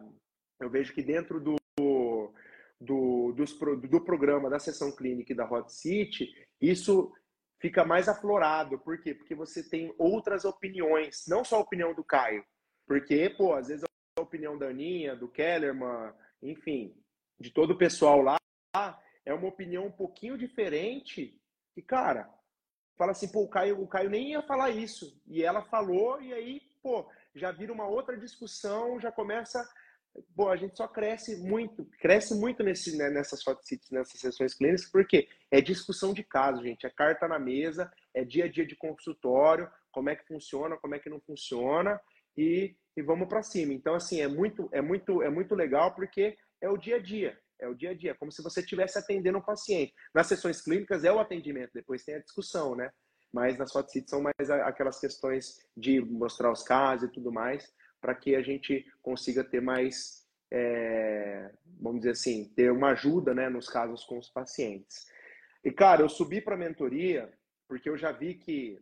do programa da sessão clínica e da Hot City, isso fica mais aflorado. Por quê? Porque você tem outras opiniões, não só a opinião do Caio. Porque, pô, às vezes a opinião da Aninha, do Kellerman, enfim, de todo o pessoal lá, é uma opinião um pouquinho diferente. E, cara, fala assim, pô, o Caio nem ia falar isso. E ela falou, e aí, pô, já vira uma outra discussão, já começa... Pô, a gente só cresce muito nessas hot seats, nessas sessões clínicas, porque é discussão de caso, gente, é carta na mesa, é dia a dia de consultório, como é que funciona, como é que não funciona, e vamos para cima. Então, assim, é muito legal, porque é o dia a dia, como se você estivesse atendendo um paciente. Nas sessões clínicas é o atendimento, depois tem a discussão, né? Mas nas hot seats são mais aquelas questões de mostrar os casos e tudo mais, para que a gente consiga ter mais, vamos dizer assim, ter uma ajuda, né, nos casos com os pacientes. E, cara, eu subi para a mentoria porque eu já vi que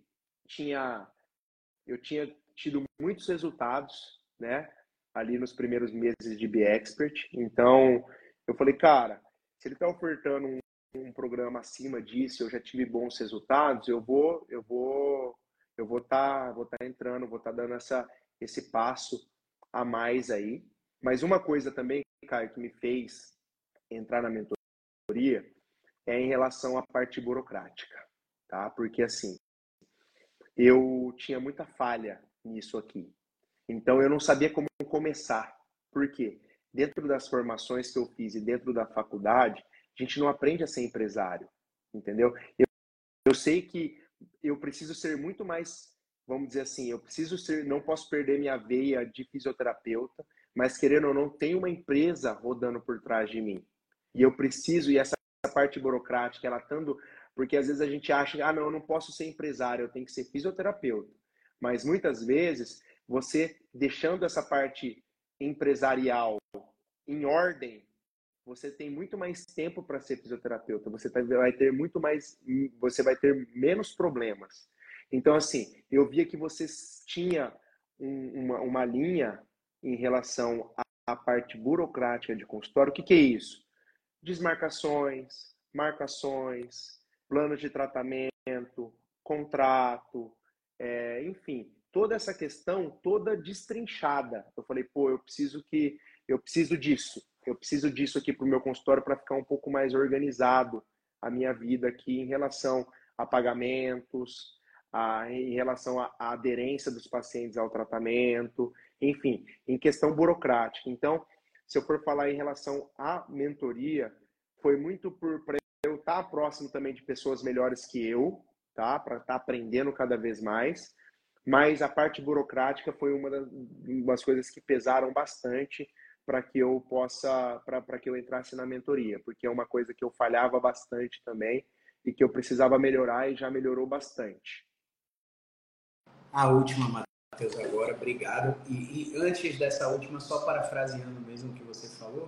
eu tinha tido muitos resultados, né, ali nos primeiros meses de Be-Expert. Então, eu falei, cara, se ele está ofertando um programa acima disso, eu já tive bons resultados, eu vou tá entrando, vou estar dando esse passo a mais aí. Mas uma coisa também, Caio, que me fez entrar na mentoria é em relação à parte burocrática, tá? Porque, assim, eu tinha muita falha nisso aqui. Então, eu não sabia como começar. Por quê? Dentro das formações que eu fiz e dentro da faculdade, a gente não aprende a ser empresário, entendeu? Eu sei que eu preciso ser muito mais, vamos dizer assim, não posso perder minha veia de fisioterapeuta, mas querendo ou não, tem uma empresa rodando por trás de mim. E eu preciso, e essa parte burocrática, ela estando, porque às vezes a gente acha, não, eu não posso ser empresário, eu tenho que ser fisioterapeuta. Mas muitas vezes, você deixando essa parte empresarial em ordem, você tem muito mais tempo para ser fisioterapeuta, você vai ter menos problemas. Então, assim, eu via que você tinha uma linha em relação à parte burocrática de consultório. O que é isso? Desmarcações, marcações, planos de tratamento, contrato, enfim, toda essa questão toda destrinchada. Eu falei, pô, eu preciso disso. Eu preciso disso aqui para o meu consultório para ficar um pouco mais organizado a minha vida aqui em relação a pagamentos, em relação à aderência dos pacientes ao tratamento, enfim, em questão burocrática. Então, se eu for falar em relação à mentoria, foi muito para eu estar próximo também de pessoas melhores que eu, tá? Para estar aprendendo cada vez mais. Mas a parte burocrática foi uma das coisas que pesaram bastante para que eu entrasse na mentoria, porque é uma coisa que eu falhava bastante também e que eu precisava melhorar e já melhorou bastante. A última, Matheus, agora, obrigado. E antes dessa última, só parafraseando mesmo o que você falou,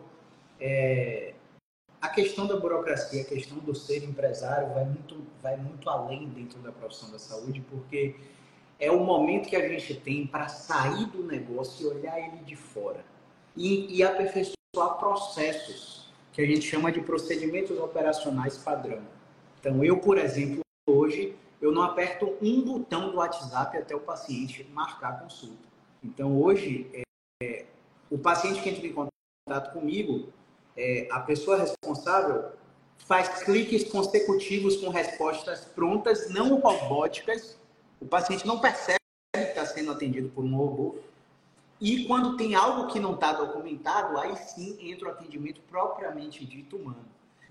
a questão da burocracia, a questão do ser empresário vai muito além dentro da profissão da saúde, porque é o momento que a gente tem para sair do negócio e olhar ele de fora. E aperfeiçoar processos, que a gente chama de procedimentos operacionais padrão. Então, eu, por exemplo, hoje, eu não aperto um botão do WhatsApp até o paciente marcar a consulta. Então, hoje, o paciente que entra em contato comigo, a pessoa responsável faz cliques consecutivos com respostas prontas, não robóticas. O paciente não percebe que está sendo atendido por um robô. E quando tem algo que não está documentado, aí sim entra o atendimento propriamente dito humano.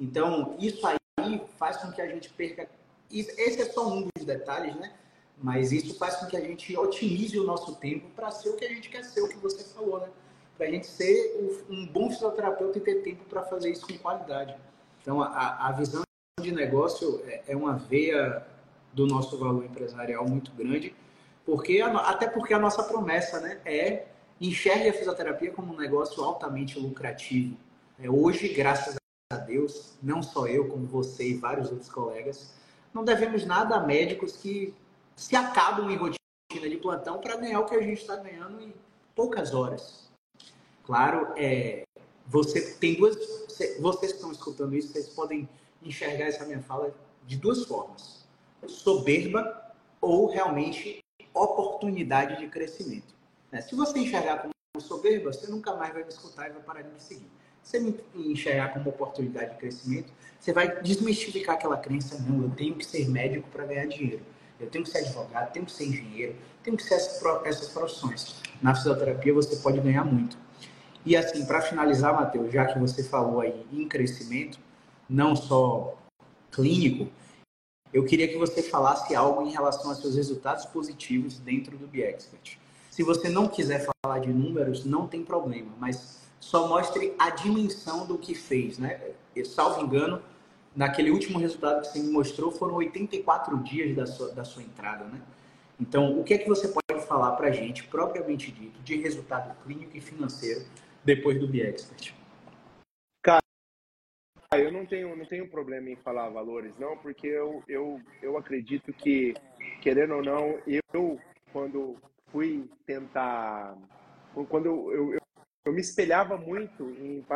Então, isso aí faz com que a gente perca... Esse é só um dos detalhes, né? Mas isso faz com que a gente otimize o nosso tempo para ser o que a gente quer ser, o que você falou, né? Para a gente ser um bom fisioterapeuta e ter tempo para fazer isso com qualidade. Então, a visão de negócio é uma veia do nosso valor empresarial muito grande, até porque a nossa promessa, né, enxergue a fisioterapia como um negócio altamente lucrativo. Hoje, graças a Deus, não só eu, como você e vários outros colegas, não devemos nada a médicos que se acabam em rotina de plantão para ganhar o que a gente está ganhando em poucas horas. Claro, você tem duas... Vocês que estão escutando isso, vocês podem enxergar essa minha fala de duas formas. Soberba ou realmente oportunidade de crescimento. Se você enxergar como soberba, você nunca mais vai me escutar e vai parar de me seguir. Se você me enxergar como oportunidade de crescimento, você vai desmistificar aquela crença, não, eu tenho que ser médico para ganhar dinheiro. Eu tenho que ser advogado, tenho que ser engenheiro, tenho que ser essas profissões. Na fisioterapia você pode ganhar muito. E assim, para finalizar, Matheus, já que você falou aí em crescimento, não só clínico, eu queria que você falasse algo em relação aos seus resultados positivos dentro do BeExpert. Se você não quiser falar de números, não tem problema, mas só mostre a dimensão do que fez, né? Eu, salvo engano, naquele último resultado que você me mostrou, foram 84 dias da sua entrada, né? Então, o que é que você pode falar para a gente, propriamente dito, de resultado clínico e financeiro depois do BeExpert? Cara, eu não tenho problema em falar valores, não, porque eu acredito que, querendo ou não, quando fui tentar, quando eu me espelhava muito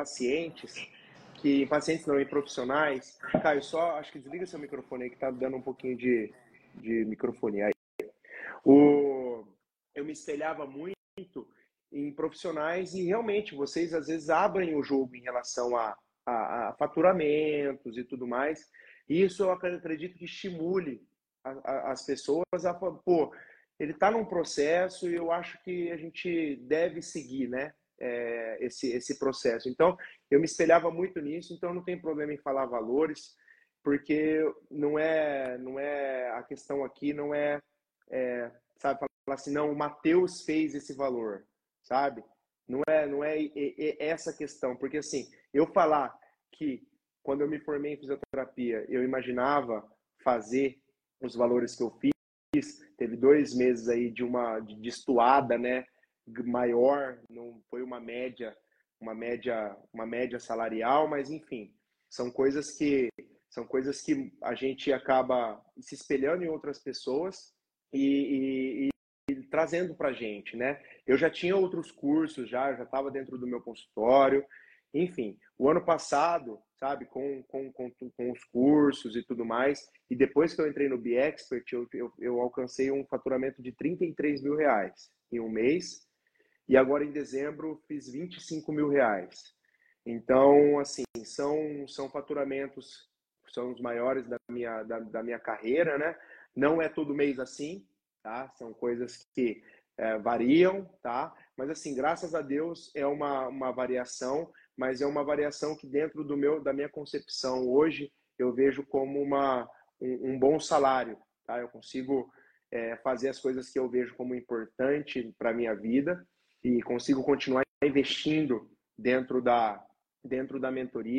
em pacientes não, em profissionais. Caio, só acho que desliga seu microfone aí que tá dando um pouquinho de microfone aí. Eu me espelhava muito em profissionais e realmente vocês às vezes abrem o jogo em relação a faturamentos e tudo mais. E isso eu acredito que estimule as pessoas a falar, pô, ele está num processo e eu acho que a gente deve seguir, né? Esse processo. Então, eu me espelhava muito nisso, então não tem problema em falar valores, porque não é a questão aqui, não sabe, falar assim, não, o Matheus fez esse valor, sabe? Não é essa questão, porque assim, eu falar que quando eu me formei em fisioterapia, eu imaginava fazer os valores que eu fiz, teve 2 meses aí de estuada, né, maior, não foi uma média salarial, mas enfim, são coisas que a gente acaba se espelhando em outras pessoas e trazendo para a gente, né? Eu já tinha outros cursos, já estava dentro do meu consultório, enfim. O ano passado, sabe, com os cursos e tudo mais, e depois que eu entrei no BeExpert, eu alcancei um faturamento de R$ 33.000 em um mês, e agora em dezembro fiz R$ 25.000. Então, assim, são faturamentos, são os maiores da minha carreira, né? Não é todo mês assim, tá? São coisas que variam, tá? Mas assim, graças a Deus é uma variação, mas é uma variação que dentro da minha concepção hoje eu vejo como um bom salário, tá? Eu consigo fazer as coisas que eu vejo como importante para a minha vida e consigo continuar investindo dentro da mentoria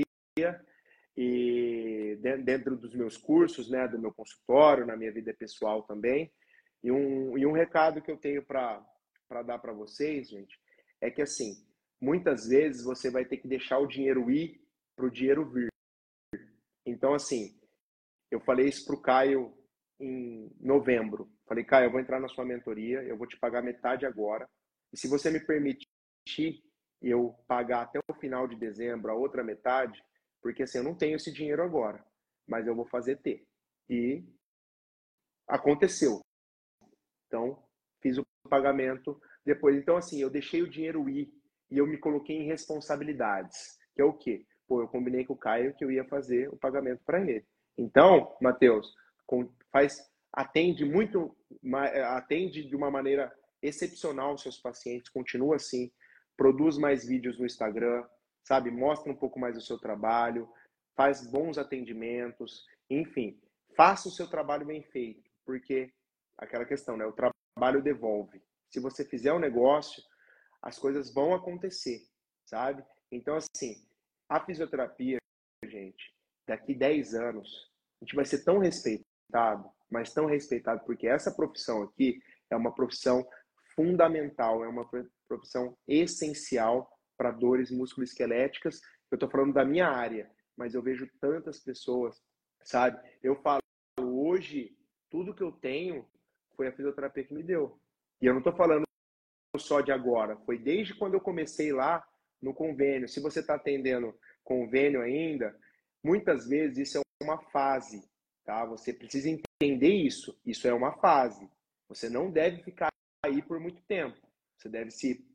e dentro dos meus cursos, né, do meu consultório, na minha vida pessoal também. E um recado que eu tenho para dar para vocês, gente, é que assim, muitas vezes você vai ter que deixar o dinheiro ir para o dinheiro vir. Então, assim, eu falei isso para o Caio em novembro. Falei, Caio, eu vou entrar na sua mentoria, eu vou te pagar metade agora. E se você me permitir eu pagar até o final de dezembro a outra metade, porque assim, eu não tenho esse dinheiro agora, mas eu vou fazer ter. E aconteceu. Então, fiz o pagamento depois. Então, assim, eu deixei o dinheiro ir e eu me coloquei em responsabilidades. Que é o quê? Pô, eu combinei com o Caio que eu ia fazer o pagamento para ele. Então, Matheus, atende de uma maneira excepcional os seus pacientes, continua assim, produz mais vídeos no Instagram, sabe? Mostra um pouco mais o seu trabalho, faz bons atendimentos, enfim, faça o seu trabalho bem feito, porque aquela questão, né? O trabalho devolve. Se você fizer o negócio, as coisas vão acontecer, sabe? Então, assim, a fisioterapia, gente, daqui 10 anos, a gente vai ser tão respeitado, mas tão respeitado, porque essa profissão aqui é uma profissão fundamental, é uma profissão essencial para dores musculoesqueléticas. Eu estou falando da minha área, mas eu vejo tantas pessoas, sabe? Eu falo, hoje, tudo que eu tenho foi a fisioterapia que me deu. E eu não estou falando só de agora, foi desde quando eu comecei lá no convênio. Se você está atendendo convênio ainda, muitas vezes isso é uma fase, tá? Você precisa entender isso. Isso é uma fase. Você não deve ficar aí por muito tempo. Você deve se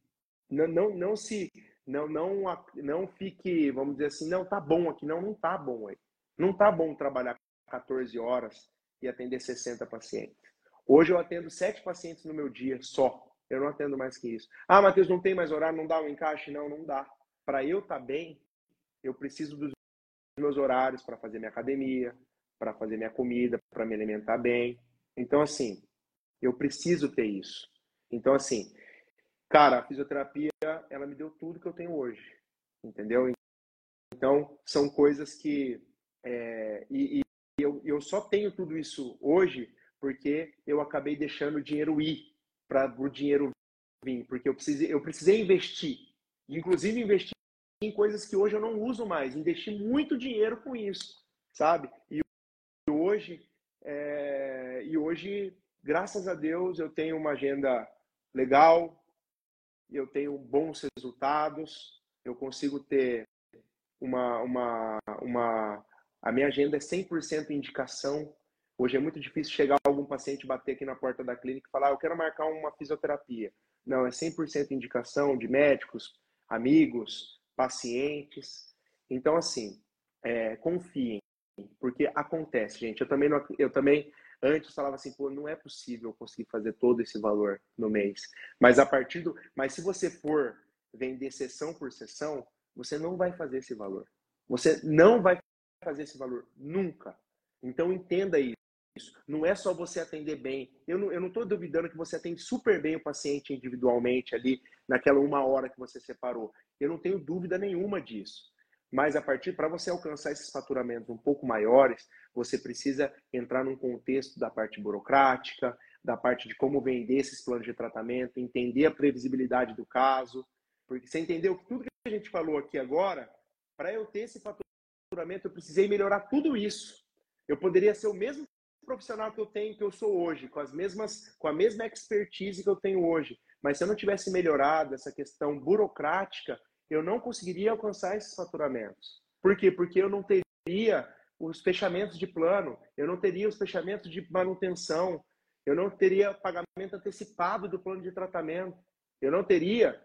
não fique, vamos dizer assim, não tá bom aqui, não tá bom aí. Não tá bom trabalhar 14 horas e atender 60 pacientes. Hoje eu atendo 7 pacientes no meu dia só. Eu não atendo mais que isso. Ah, Matheus, não tem mais horário, não dá um encaixe? Não, não dá. Para eu estar bem, eu preciso dos meus horários para fazer minha academia, para fazer minha comida, para me alimentar bem. Então, assim, eu preciso ter isso. Então, assim, cara, a fisioterapia, ela me deu tudo que eu tenho hoje, entendeu? Então, são coisas que... eu só tenho tudo isso hoje porque eu acabei deixando o dinheiro ir para o dinheiro vir, porque eu precisei investir. Inclusive, investir em coisas que hoje eu não uso mais. Investi muito dinheiro com isso, sabe? Hoje, hoje, graças a Deus, eu tenho uma agenda legal, eu tenho bons resultados, eu consigo ter a minha agenda é 100% indicação. Hoje é muito difícil chegar algum paciente bater aqui na porta da clínica e falar, eu quero marcar uma fisioterapia. Não, é 100% indicação de médicos, amigos, pacientes. Então, assim, confiem, porque acontece, gente. Eu também antes falava assim, pô, não é possível conseguir fazer todo esse valor no mês. Mas se você for vender sessão por sessão, você não vai fazer esse valor. Você não vai fazer esse valor nunca. Então entenda isso. Não é só você atender bem. Eu não estou duvidando que você atende super bem o paciente individualmente ali, naquela 1 hora que você separou. Eu não tenho dúvida nenhuma disso. Mas para você alcançar esses faturamentos um pouco maiores, você precisa entrar num contexto da parte burocrática, da parte de como vender esses planos de tratamento, entender a previsibilidade do caso. Porque você entendeu que tudo que a gente falou aqui agora, para eu ter esse faturamento, eu precisei melhorar tudo isso. Eu poderia ser o mesmo profissional que eu sou hoje, com a mesma expertise que eu tenho hoje. Mas se eu não tivesse melhorado essa questão burocrática, eu não conseguiria alcançar esses faturamentos. Por quê? Porque eu não teria os fechamentos de plano, eu não teria os fechamentos de manutenção, eu não teria pagamento antecipado do plano de tratamento, eu não teria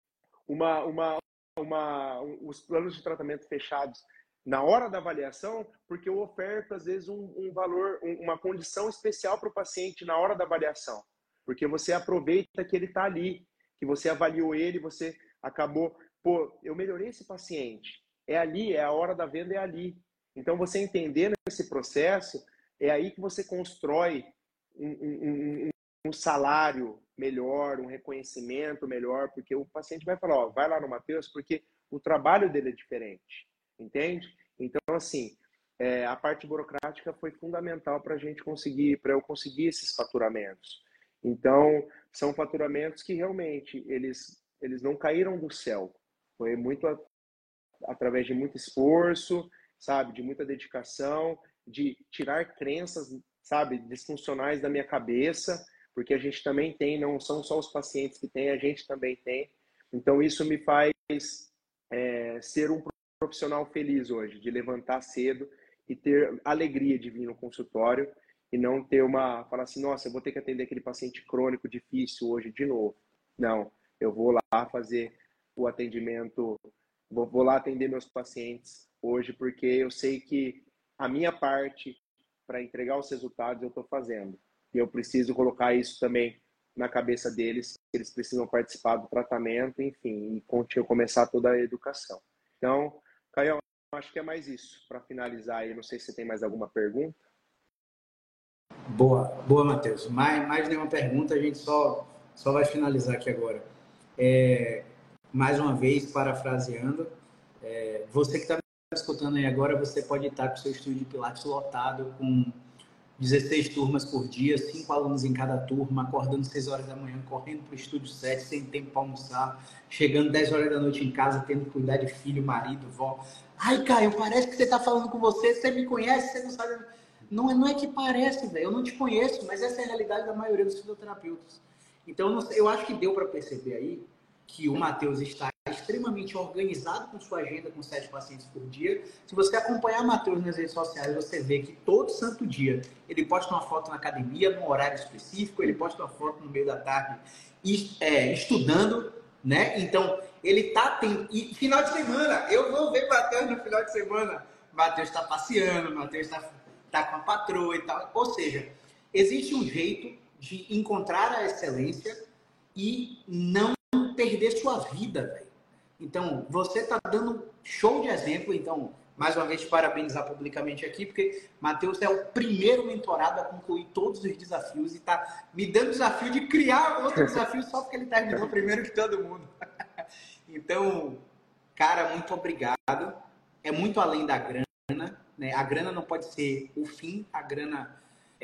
os planos de tratamento fechados na hora da avaliação, porque eu oferto, às vezes, um valor, uma condição especial para o paciente na hora da avaliação. Porque você aproveita que ele está ali, que você avaliou ele, você acabou... Pô, eu melhorei esse paciente. É ali, é a hora da venda, é ali. Então, você entendendo esse processo, é aí que você constrói um salário melhor, um reconhecimento melhor, porque o paciente vai falar, ó, vai lá no Matheus, porque o trabalho dele é diferente, entende? Então, assim, a parte burocrática foi fundamental para eu conseguir esses faturamentos. Então, são faturamentos que realmente eles não caíram do céu. Foi muito através de muito esforço, sabe, de muita dedicação, de tirar crenças, sabe, disfuncionais da minha cabeça, porque a gente também tem, não são só os pacientes que têm, a gente também tem. Então, isso me faz ser um profissional feliz hoje, de levantar cedo e ter alegria de vir no consultório e não ter falar assim, nossa, eu vou ter que atender aquele paciente crônico difícil hoje de novo. Não, eu vou lá fazer o atendimento, vou lá atender meus pacientes hoje, porque eu sei que a minha parte para entregar os resultados eu estou fazendo. E eu preciso colocar isso também na cabeça deles, que eles precisam participar do tratamento, enfim, e começar toda a educação. Então, Caio, acho que é mais isso. Para finalizar aí, não sei se você tem mais alguma pergunta. Boa, boa, Matheus. Mais nenhuma pergunta, a gente só vai finalizar aqui agora. Mais uma vez, parafraseando, você que está me escutando aí agora, você pode estar com o seu estúdio de Pilates lotado, com 16 turmas por dia, 5 alunos em cada turma, acordando 6 horas da manhã, correndo para o estúdio 7, sem tempo para almoçar, chegando 10 horas da noite em casa, tendo que cuidar de filho, marido, vó. Ai, Caio, parece que você está falando com você me conhece, você não sabe. Não é que parece, velho, eu não te conheço, mas essa é a realidade da maioria dos fisioterapeutas. Então, eu acho que deu para perceber aí que o Matheus está extremamente organizado com sua agenda, com 7 pacientes por dia. Se você acompanhar o Matheus nas redes sociais, você vê que todo santo dia ele posta uma foto na academia, num horário específico, ele posta uma foto no meio da tarde estudando, né? Então, ele tá... E final de semana, eu vou ver o Matheus no final de semana. O Matheus está passeando, o Matheus tá com a patroa e tal. Ou seja, existe um jeito de encontrar a excelência e não perder sua vida, velho. Então, você está dando show de exemplo. Então, mais uma vez, te parabenizar publicamente aqui, porque Matheus é o primeiro mentorado a concluir todos os desafios e está me dando o desafio de criar outro desafio só porque ele terminou primeiro que todo mundo. Então, cara, muito obrigado. É muito além da grana, né? A grana não pode ser o fim, a grana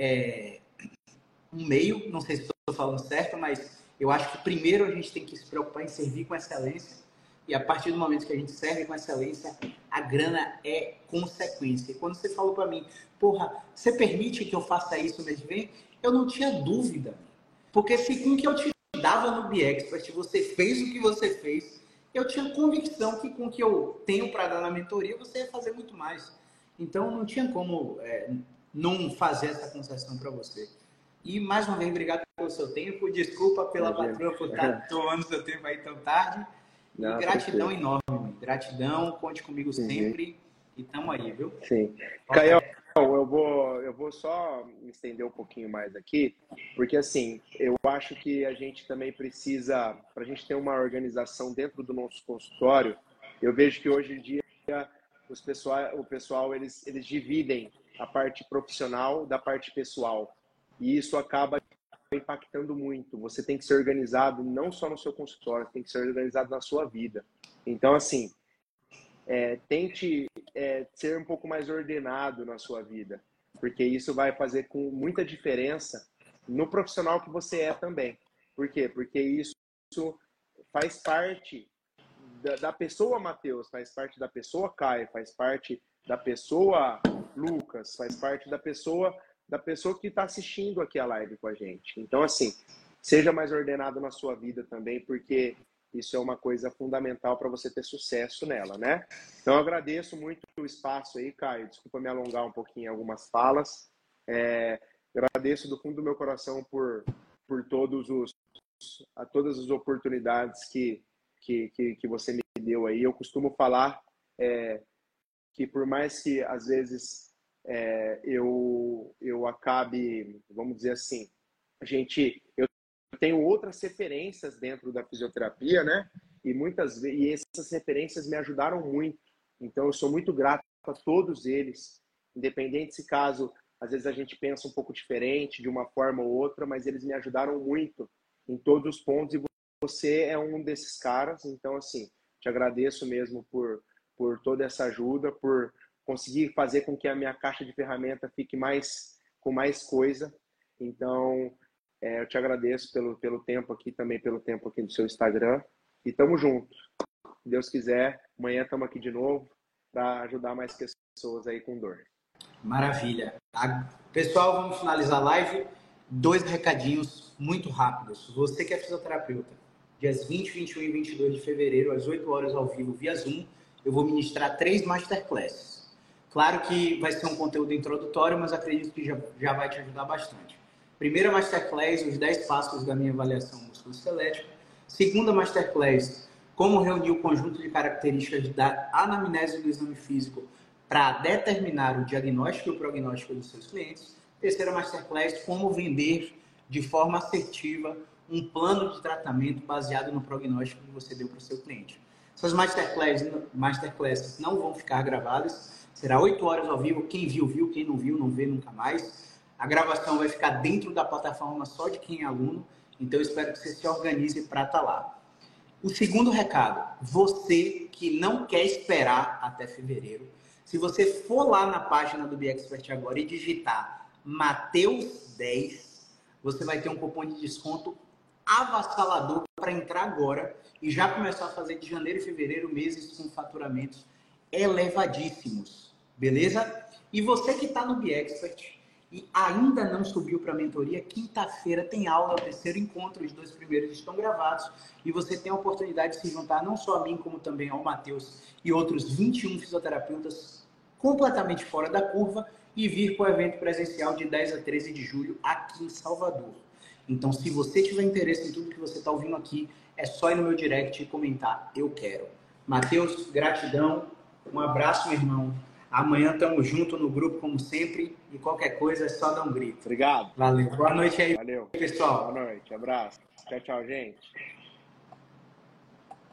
é um meio, não sei se estou falando certo, mas eu acho que primeiro a gente tem que se preocupar em servir com excelência, e a partir do momento que a gente serve com excelência, a grana é consequência. E quando você falou para mim, porra, você permite que eu faça isso mês que vem? Eu não tinha dúvida, porque se com o que eu te dava no BXpert, você fez o que você fez, eu tinha convicção que com o que eu tenho para dar na mentoria, você ia fazer muito mais. Então não tinha como não fazer essa concessão para você. E mais uma vez, obrigado pelo seu tempo. Desculpa pela patroa por estar tomando seu tempo aí tão tarde. Não, e gratidão enorme. Gratidão, conte comigo sempre. E tamo aí, viu? Sim. Caio, eu vou só me estender um pouquinho mais aqui, porque assim, eu acho que a gente também precisa, para a gente ter uma organização dentro do nosso consultório, eu vejo que hoje em dia o pessoal eles dividem a parte profissional da parte pessoal. E isso acaba impactando muito. Você tem que ser organizado não só no seu consultório, tem que ser organizado na sua vida. Então, assim, tente ser um pouco mais ordenado na sua vida, porque isso vai fazer com muita diferença no profissional que você é também. Por quê? Porque isso faz parte da pessoa Matheus, faz parte da pessoa Caio, faz parte da pessoa Lucas, faz parte da pessoa que está assistindo aqui a live com a gente. Então, assim, seja mais ordenado na sua vida também, porque isso é uma coisa fundamental para você ter sucesso nela, né? Então, eu agradeço muito o espaço aí, Caio. Desculpa me alongar um pouquinho em algumas falas. Agradeço do fundo do meu coração por todas as oportunidades que você me deu aí. Eu costumo falar que por mais que às vezes eu acabe, vamos dizer assim, eu tenho outras referências dentro da fisioterapia, né? E muitas vezes, e essas referências me ajudaram muito. Então eu sou muito grato a todos eles, independente se caso às vezes a gente pensa um pouco diferente de uma forma ou outra, mas eles me ajudaram muito em todos os pontos e você é um desses caras. Então assim, te agradeço mesmo por toda essa ajuda, por conseguir fazer com que a minha caixa de ferramenta fique com mais coisa. Então, eu te agradeço pelo tempo aqui, também pelo tempo aqui no seu Instagram. E tamo junto. Se Deus quiser, amanhã estamos aqui de novo para ajudar mais pessoas aí com dor. Maravilha. Pessoal, vamos finalizar a live. 2 recadinhos muito rápidos. Você que é fisioterapeuta, dias 20, 21 e 22 de fevereiro, às 8 horas ao vivo via Zoom, eu vou ministrar 3 masterclasses. Claro que vai ser um conteúdo introdutório, mas acredito que já vai te ajudar bastante. Primeira masterclass, os 10 passos da minha avaliação musculoesquelética. Segunda masterclass, como reunir o conjunto de características da anamnese do exame físico para determinar o diagnóstico e o prognóstico dos seus clientes. Terceira masterclass, como vender de forma assertiva um plano de tratamento baseado no prognóstico que você deu para o seu cliente. Essas masterclasses não vão ficar gravadas. Será 8 horas ao vivo. Quem viu, viu. Quem não viu, não vê nunca mais. A gravação vai ficar dentro da plataforma só de quem é aluno. Então, eu espero que você se organize para estar lá. O segundo recado, você que não quer esperar até fevereiro, se você for lá na página do BeExpert agora e digitar Mateus 10, você vai ter um cupom de desconto avassalador para entrar agora e já começar a fazer de janeiro e fevereiro meses com faturamentos elevadíssimos, beleza? E você que está no BeExpert e ainda não subiu para a mentoria, quinta-feira tem aula, o terceiro encontro, os 2 primeiros estão gravados e você tem a oportunidade de se juntar não só a mim, como também ao Matheus e outros 21 fisioterapeutas completamente fora da curva e vir para o evento presencial de 10 a 13 de julho aqui em Salvador. Então, se você tiver interesse em tudo que você está ouvindo aqui, é só ir no meu direct e comentar, eu quero. Matheus, gratidão, um abraço, meu irmão. Amanhã estamos juntos no grupo, como sempre. E qualquer coisa é só dar um grito. Obrigado. Valeu. Boa noite aí, Valeu. pessoal. Boa noite. Abraço. Tchau, tchau, gente.